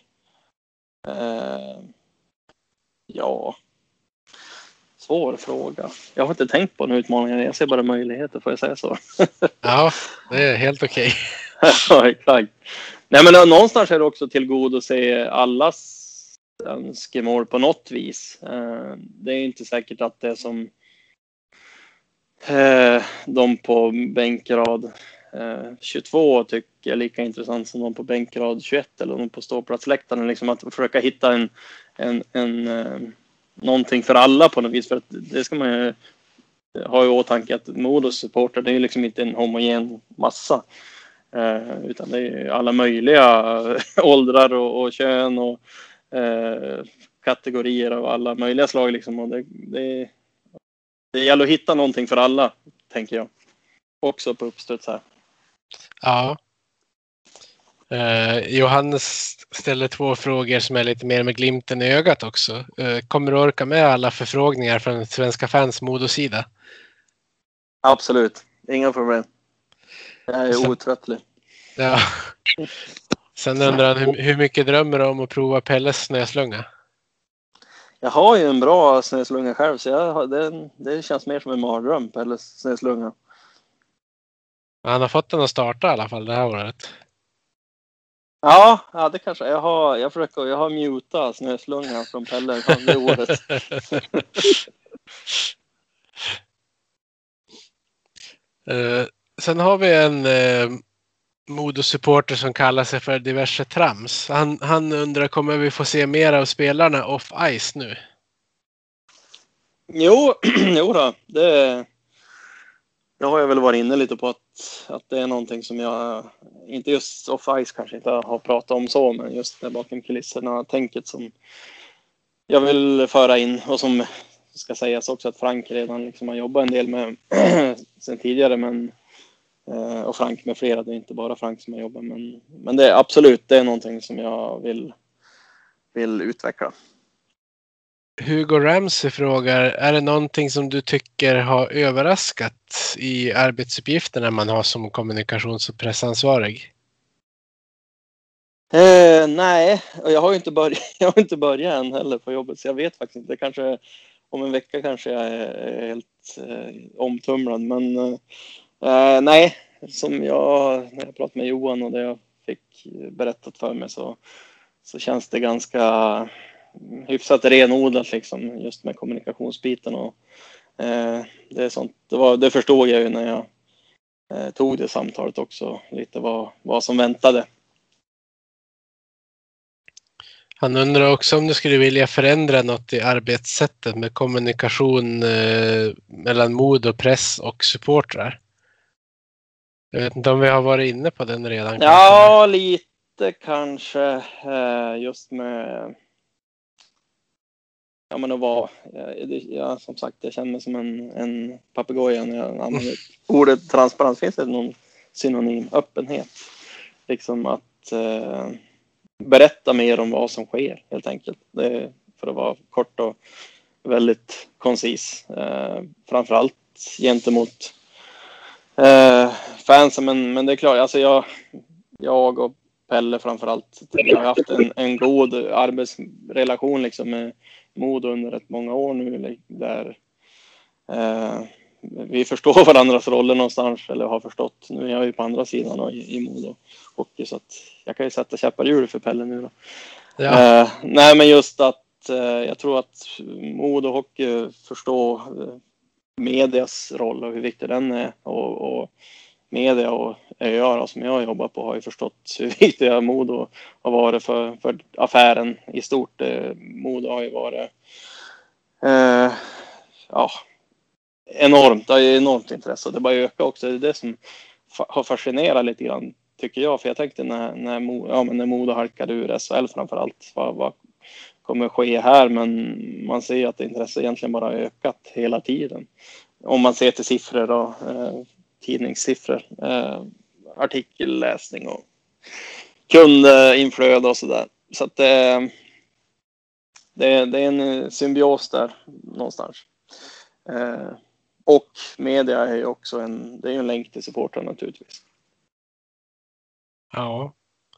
eh, ja, svår fråga. Jag har inte tänkt på den utmaningen. Jag ser bara möjligheter, får jag säga så? Ja, det är helt okej. Ja, exakt. Nej, men någonstans är det också till god att se allas önskemål på något vis. Det är inte säkert att det är som de på bänkrad tjugotvå tycker är lika intressant som de på bänkrad tjugoett eller de på ståplatsläktaren. Liksom att försöka hitta en, en, en någonting för alla på något vis. För att det ska man ju ha i åtanke att Modos supporter, det är liksom inte en homogen massa. Eh, utan det är alla möjliga åldrar och, och kön och eh, kategorier av alla möjliga slag liksom. Och det, det, det gäller att hitta någonting för alla, tänker jag. Också på uppstöd så här. Ja. Eh, Johannes ställer två frågor som är lite mer med glimten i ögat också. Eh, kommer du orka med alla förfrågningar från Svenska fans Modo-sida? Absolut, inga problem. Jag är Sen, otröttlig. Ja. Sen undrar han hur, hur mycket drömmer du om att prova Pelles snöslunga? Jag har ju en bra snöslunga själv, så jag har, det, det känns mer som en mardröm, Pelles snöslunga. Han har fått den att starta i alla fall det här året. Ja, ja det kanske. Jag har, jag försöker, jag har mutat snöslungan från Pelle det året. uh, sen har vi en uh, Modo-supporter som kallar sig för diverse trams. Han, han undrar, kommer vi få se mer av spelarna off ice nu? Jo, jo då. Det, det har jag väl varit inne lite på att, att det är någonting som jag, inte just off ice kanske inte har pratat om så, men just där bakom kulisserna, tänket som jag vill föra in och som ska sägas också att Frank redan liksom har jobbat en del med sen tidigare, men och Frank med flera, det är inte bara Frank som har jobbat, men, men det är absolut, det är någonting som jag vill, vill utveckla. Hugo Ramsey frågar, är det någonting som du tycker har överraskat i arbetsuppgifterna man har som kommunikations- och pressansvarig? Eh, nej, och jag har ju inte börjat, jag har inte börjat än heller på jobbet, så jag vet faktiskt inte. Kanske om en vecka kanske jag är helt eh, omtumlad, men eh, nej, som jag, när jag pratade med Johan och det jag fick berättat för mig, så, så känns det ganska hyfsat renodlat liksom, just med kommunikationsbiten och eh, det är sånt, det, var, det förstod jag ju när jag eh, tog det samtalet också, lite vad, vad som väntade. Han undrar också om du skulle vilja förändra något i arbetssättet med kommunikation eh, mellan Modo, press och supportrar. Jag vet inte om vi har varit inne på den redan. Ja, kanske. Lite kanske eh, just med ja, men att vara, jag, jag, som sagt, jag känner mig som en, en papegoja när jag använder ordet transparens. Finns det någon synonym? Öppenhet. Liksom att eh, berätta mer om vad som sker, helt enkelt. Det är, för att vara kort och väldigt koncis. Eh, framförallt gentemot eh, fansen, men, men det är klart, alltså jag, jag och Pelle framförallt, jag har haft en, en god arbetsrelation liksom med Modo under rätt många år nu, där eh, vi förstår varandras roller någonstans, eller har förstått. Nu är jag ju på andra sidan och i, i Modo hockey, så att jag kan ju sätta käppar i hjulet för Pelle nu då. Ja. Eh, nej, men just att eh, jag tror att Modo hockey förstår eh, medias roll och hur viktig den är, och, och media och öar som jag jobbar på har ju förstått hur viktiga Modo har varit för, för affären i stort. Eh, Modo har ju varit eh, ja, enormt, det är enormt intresse, och det bara ökar också. Det är det som fa- har fascinerat lite grann, tycker jag, för jag tänkte när, när, Modo, ja, men när Modo halkade ur S H L framförallt, vad, vad kommer ske här, men man ser att intresset egentligen bara har ökat hela tiden. Om man ser till siffror och eh, tidningssiffror, eh, artikelläsning och kundinflöde och sådär. Så att eh, det, det är en symbios där någonstans. Eh, och media är ju också en, det är en länk till supportrar naturligtvis. Ja.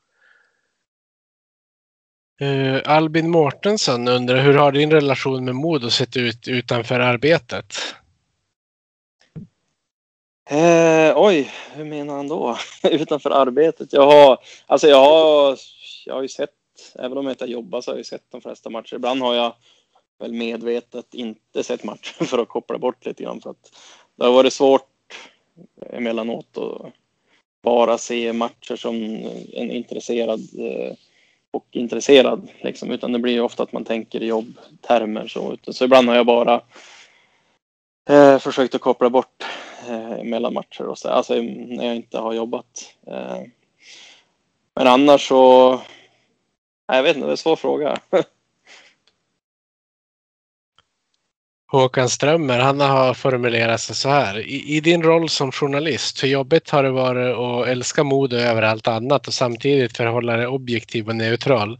Uh, Albin Mårtensson undrar, hur har din relation med Modo sett ut utanför arbetet? Eh, oj, hur menar han då? Utanför arbetet? Jag har, alltså jag har, jag har ju sett, även om jag inte jobbar så har jag ju sett de flesta matcher. Ibland har jag väl medvetet inte sett matcher för att koppla bort lite grann, för att det har varit svårt emellanåt att bara se matcher som en intresserad eh, och intresserad liksom, utan det blir ju ofta att man tänker i jobbtermer så, så ibland har jag bara eh, försökt att koppla bort eh, mellan matcher och så, alltså när jag inte har jobbat. Eh, men annars så, nej, jag vet inte, det är en svår fråga. Håkan Strömmer, han har formulerat sig så här: I, i din roll som journalist, hur jobbigt har det varit att älska Modo över allt annat och samtidigt förhålla dig objektiv och neutral?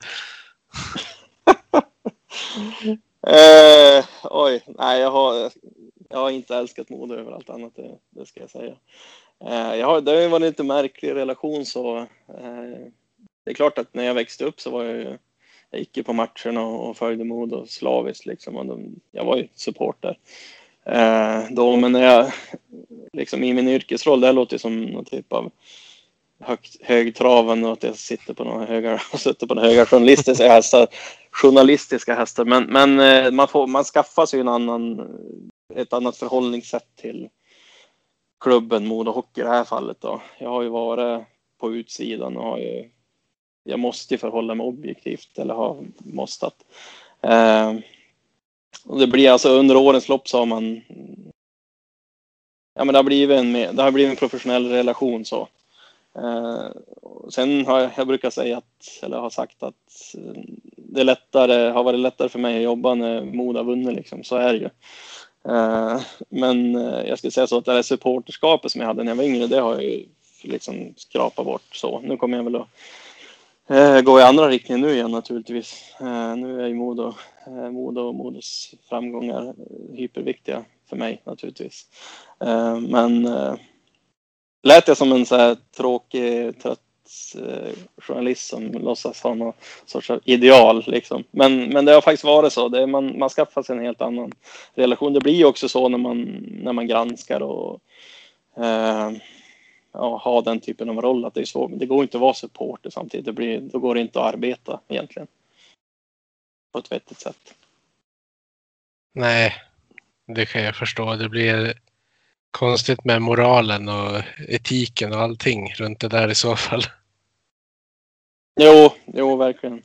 eh, oj, nej, jag har, jag har inte älskat Modo över allt annat, det, det ska jag säga. Eh, jag har, det har ju varit en lite märklig relation så. Eh, det är klart att när jag växte upp så var jag ju, jag gick ju på matcherna och följde Modo slaviskt liksom, och de, jag var ju supporter eh, då, men när jag liksom i min yrkesroll, det låter som någon typ av högt, högtraven och att jag sitter på några höga och sitter på några höga journalistiska hästar, journalistiska hästar, men, men eh, man får, man skaffar sig en annan, ett annat förhållningssätt till klubben Modo Hockey i det här fallet då. Jag har ju varit på utsidan och har ju, jag måste ju förhålla mig objektivt, eller har måstat. Eh, och det blir alltså under årens lopp så har man, ja, men det har blivit en, det har blivit en professionell relation så. Eh, sen har jag, jag brukar säga att, eller har sagt att det är lättare, har varit lättare för mig att jobba när Modo har vunnit liksom, så är det ju. Eh, men jag skulle säga så att det här supporterskapet som jag hade när jag var yngre, det har jag ju liksom skrapat bort så. Nu kommer jag väl att Eh, går i andra riktningen nu igen naturligtvis. Eh, nu är ju Modo, eh, Modo och Modos framgångar hyperviktiga för mig naturligtvis. Eh, men eh, lät jag som en så här tråkig, trött eh, journalist som låtsas ha någon sorts ideal liksom. Men, men det har faktiskt varit så. Det är, man, man skaffar sig en helt annan relation. Det blir ju också så när man, när man granskar och eh, ja, ha den typen av roll, att det är svårt. Det går inte att vara supporter samtidigt. Det blir, då går det inte att arbeta egentligen på ett vettigt sätt. Nej, det kan jag förstå. Det blir konstigt med moralen och etiken och allting runt det där i så fall. Jo, jo verkligen.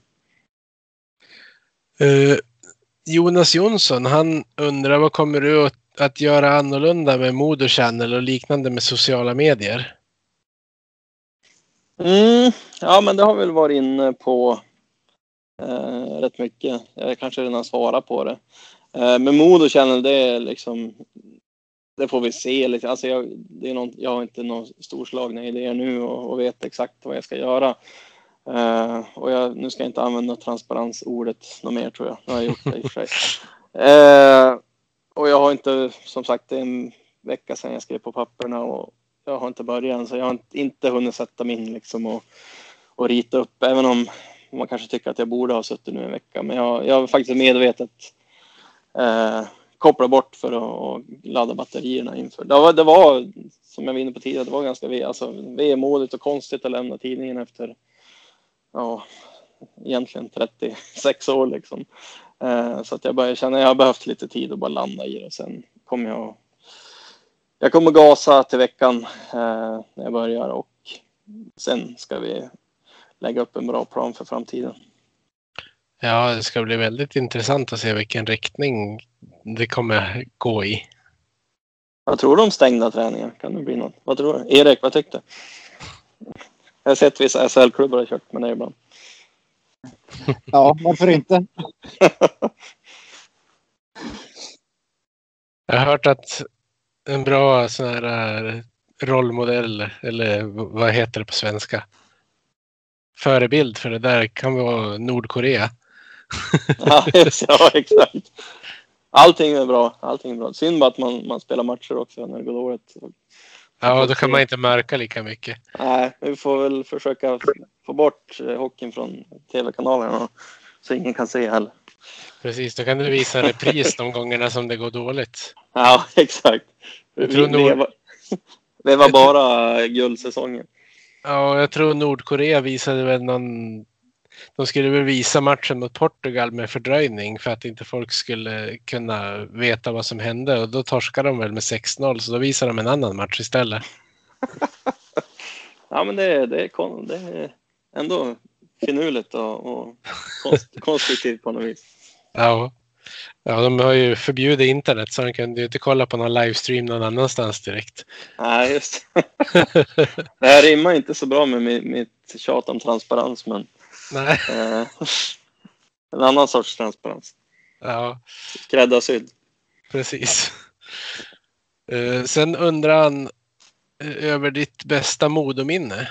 Uh, Jonas Jonsson, han undrar, vad kommer du att, att göra annorlunda med Modo Channel och liknande med sociala medier? Mm, ja, men det har väl varit inne på eh, rätt mycket. Jag kanske redan svarar på det. Eh, men Modo känner det liksom, det får vi se. Liksom. Alltså jag, det är någon, jag har inte någon storslagna idéer nu och, och vet exakt vad jag ska göra. Uh, och jag, nu ska jag inte använda transparensordet något mer, tror jag. Nu har jag gjort det i och för sig. Uh, och jag har inte, som sagt, det är en vecka sedan jag skrev på papperna och jag har inte börjat än, så jag har inte hunnit sätta mig in liksom och, och rita upp, även om man kanske tycker att jag borde ha suttit nu en vecka. Men jag, jag har faktiskt medvetet uh, kopplat bort för att ladda batterierna inför. Det var, det var, som jag var inne på tidigare, det var ganska alltså, vemodigt och konstigt att lämna tidningen efter ja, egentligen trettiosex år liksom. Eh, så att jag börjar känna att jag har behövt lite tid att bara landa i det. Och sen kommer jag jag kommer gasa till veckan eh, när jag börjar och sen ska vi lägga upp en bra plan för framtiden. Ja, det ska bli väldigt intressant att se vilken riktning det kommer gå i. Vad tror du om stängda träningar? Kan det bli något? Vad tror du? Erik, vad tyckte du? Jag har sett vissa S H L-klubbar har kört med det ibland. Ja, varför inte? Jag har hört att en bra sån här rollmodell, eller vad heter det på svenska? Förebild för det där kan vara Nordkorea. Ja, just, ja, exakt. Allting är bra. Allting är bra. Synd bara att man, man spelar matcher också när det går dåligt. Ja, då kan man inte märka lika mycket. Nej, vi får väl försöka få bort hockeyn från tv-kanalerna så ingen kan se heller. Precis, då kan du visa repris de gångerna som det går dåligt. Ja, exakt. Jag tror vi, Nord... det, var, det var bara guldsäsongen. Ja, jag tror Nordkorea visade väl någon... De skulle väl visa matchen mot Portugal med fördröjning för att inte folk skulle kunna veta vad som hände. Och då torskade de väl med sex noll, så då visade de en annan match istället. Ja, men det, det, är, kon, det är ändå finurligt och, och konst, konstruktivt på något vis. Ja. Ja, de har ju förbjudit internet så de kunde ju inte kolla på någon livestream någon annanstans direkt. Nej, just det. Här rimmar inte så bra med mitt, mitt tjat om transparens, men Nej. Eh, en annan sorts transparens. Ja. Skräddarsydd. Precis. Uh, sen undrar han uh, över ditt bästa Modominne.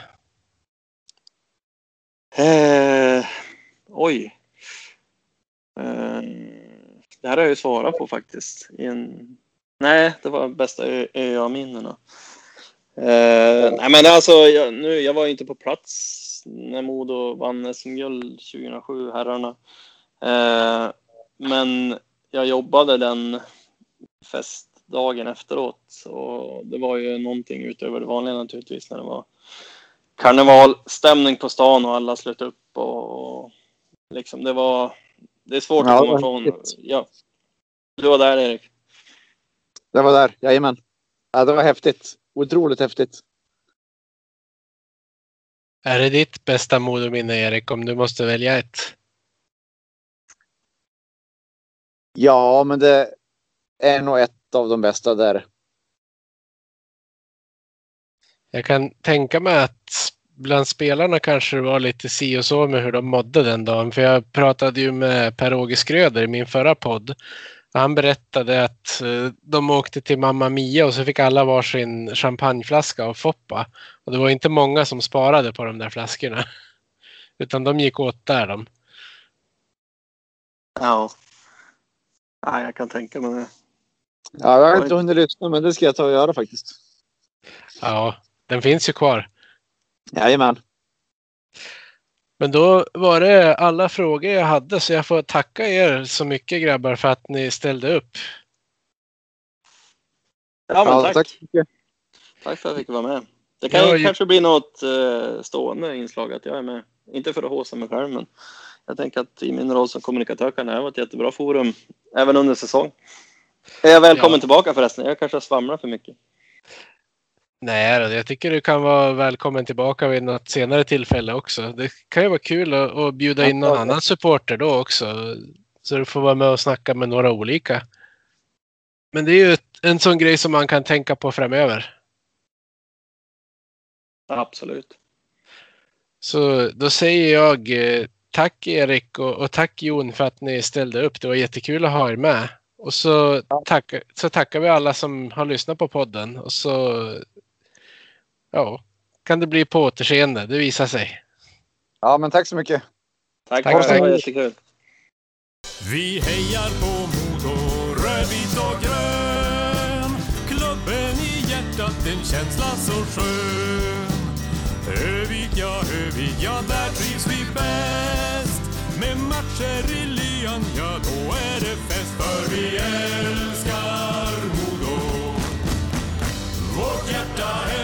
Eh, oj. Eh, det här har jag ju svarat på faktiskt. I en... Nej, det var bästa ö-minnena. Eh, nej, men alltså, jag, nu, jag var inte på plats när Modo vann S M-guld tjugohundrasju, herrarna. Eh, men jag jobbade den festdagen efteråt. Och det var ju någonting utöver det vanliga naturligtvis när det var karnevalstämning på stan och alla slöt upp. Och liksom det var... Det är svårt ja, att komma från. Ja. Du var där, Erik. Jag var där, jajamän. Ja, det var häftigt. Otroligt häftigt. Är det ditt bästa Modominne, Erik, om du måste välja ett? Ja, men det är nog ett av de bästa där. Jag kan tänka mig att bland spelarna kanske det var lite si och så med hur de mådde den dagen. För jag pratade ju med Per-Åge Skröder i min förra podd. Han berättade att de åkte till Mamma Mia och så fick alla varsin champagneflaska av Foppa. Och det var inte många som sparade på de där flaskorna. Utan de gick åt där de. Ja. Ja, jag kan tänka mig det. Ja, jag har inte hunnit lyssna, men det ska jag ta och göra faktiskt. Ja, den finns ju kvar. Jajamän. Men då var det alla frågor jag hade, så jag får tacka er så mycket, grabbar, för att ni ställde upp. Ja, men ja, tack. Tack. Tack för att jag fick vara med. Det kan ja, ju kanske bli något uh, stående inslag att jag är med. Inte för att håsa mig själv, men jag tänker att i min roll som kommunikatör kan det här vara ett jättebra forum även under säsong. Är jag välkommen ja. tillbaka förresten? Jag kanske svamlar för mycket. Nej, jag tycker du kan vara välkommen tillbaka vid något senare tillfälle också. Det kan ju vara kul att, att bjuda in någon annan supporter då också. Så du får vara med och snacka med några olika. Men det är ju ett, en sån grej som man kan tänka på framöver. Absolut. Så då säger jag eh, tack Erik och, och tack Jon för att ni ställde upp. Det var jättekul att ha er med. Och så, Ja. tack, så tackar vi alla som har lyssnat på podden. Och så ja, kan det bli på återseende. Det visar sig. Ja, men tack så mycket. Tack, Tack tack så det var mycket. jättekul. Vi hejar på Modo, rödvit och grön. Klubben i hjärtat, en känsla så skön. Övik, ja, Övik, ja, där trivs vi bäst. Med matcher i lyan, ja, då är det fest. För vi älskar Modo. Vårt hjärta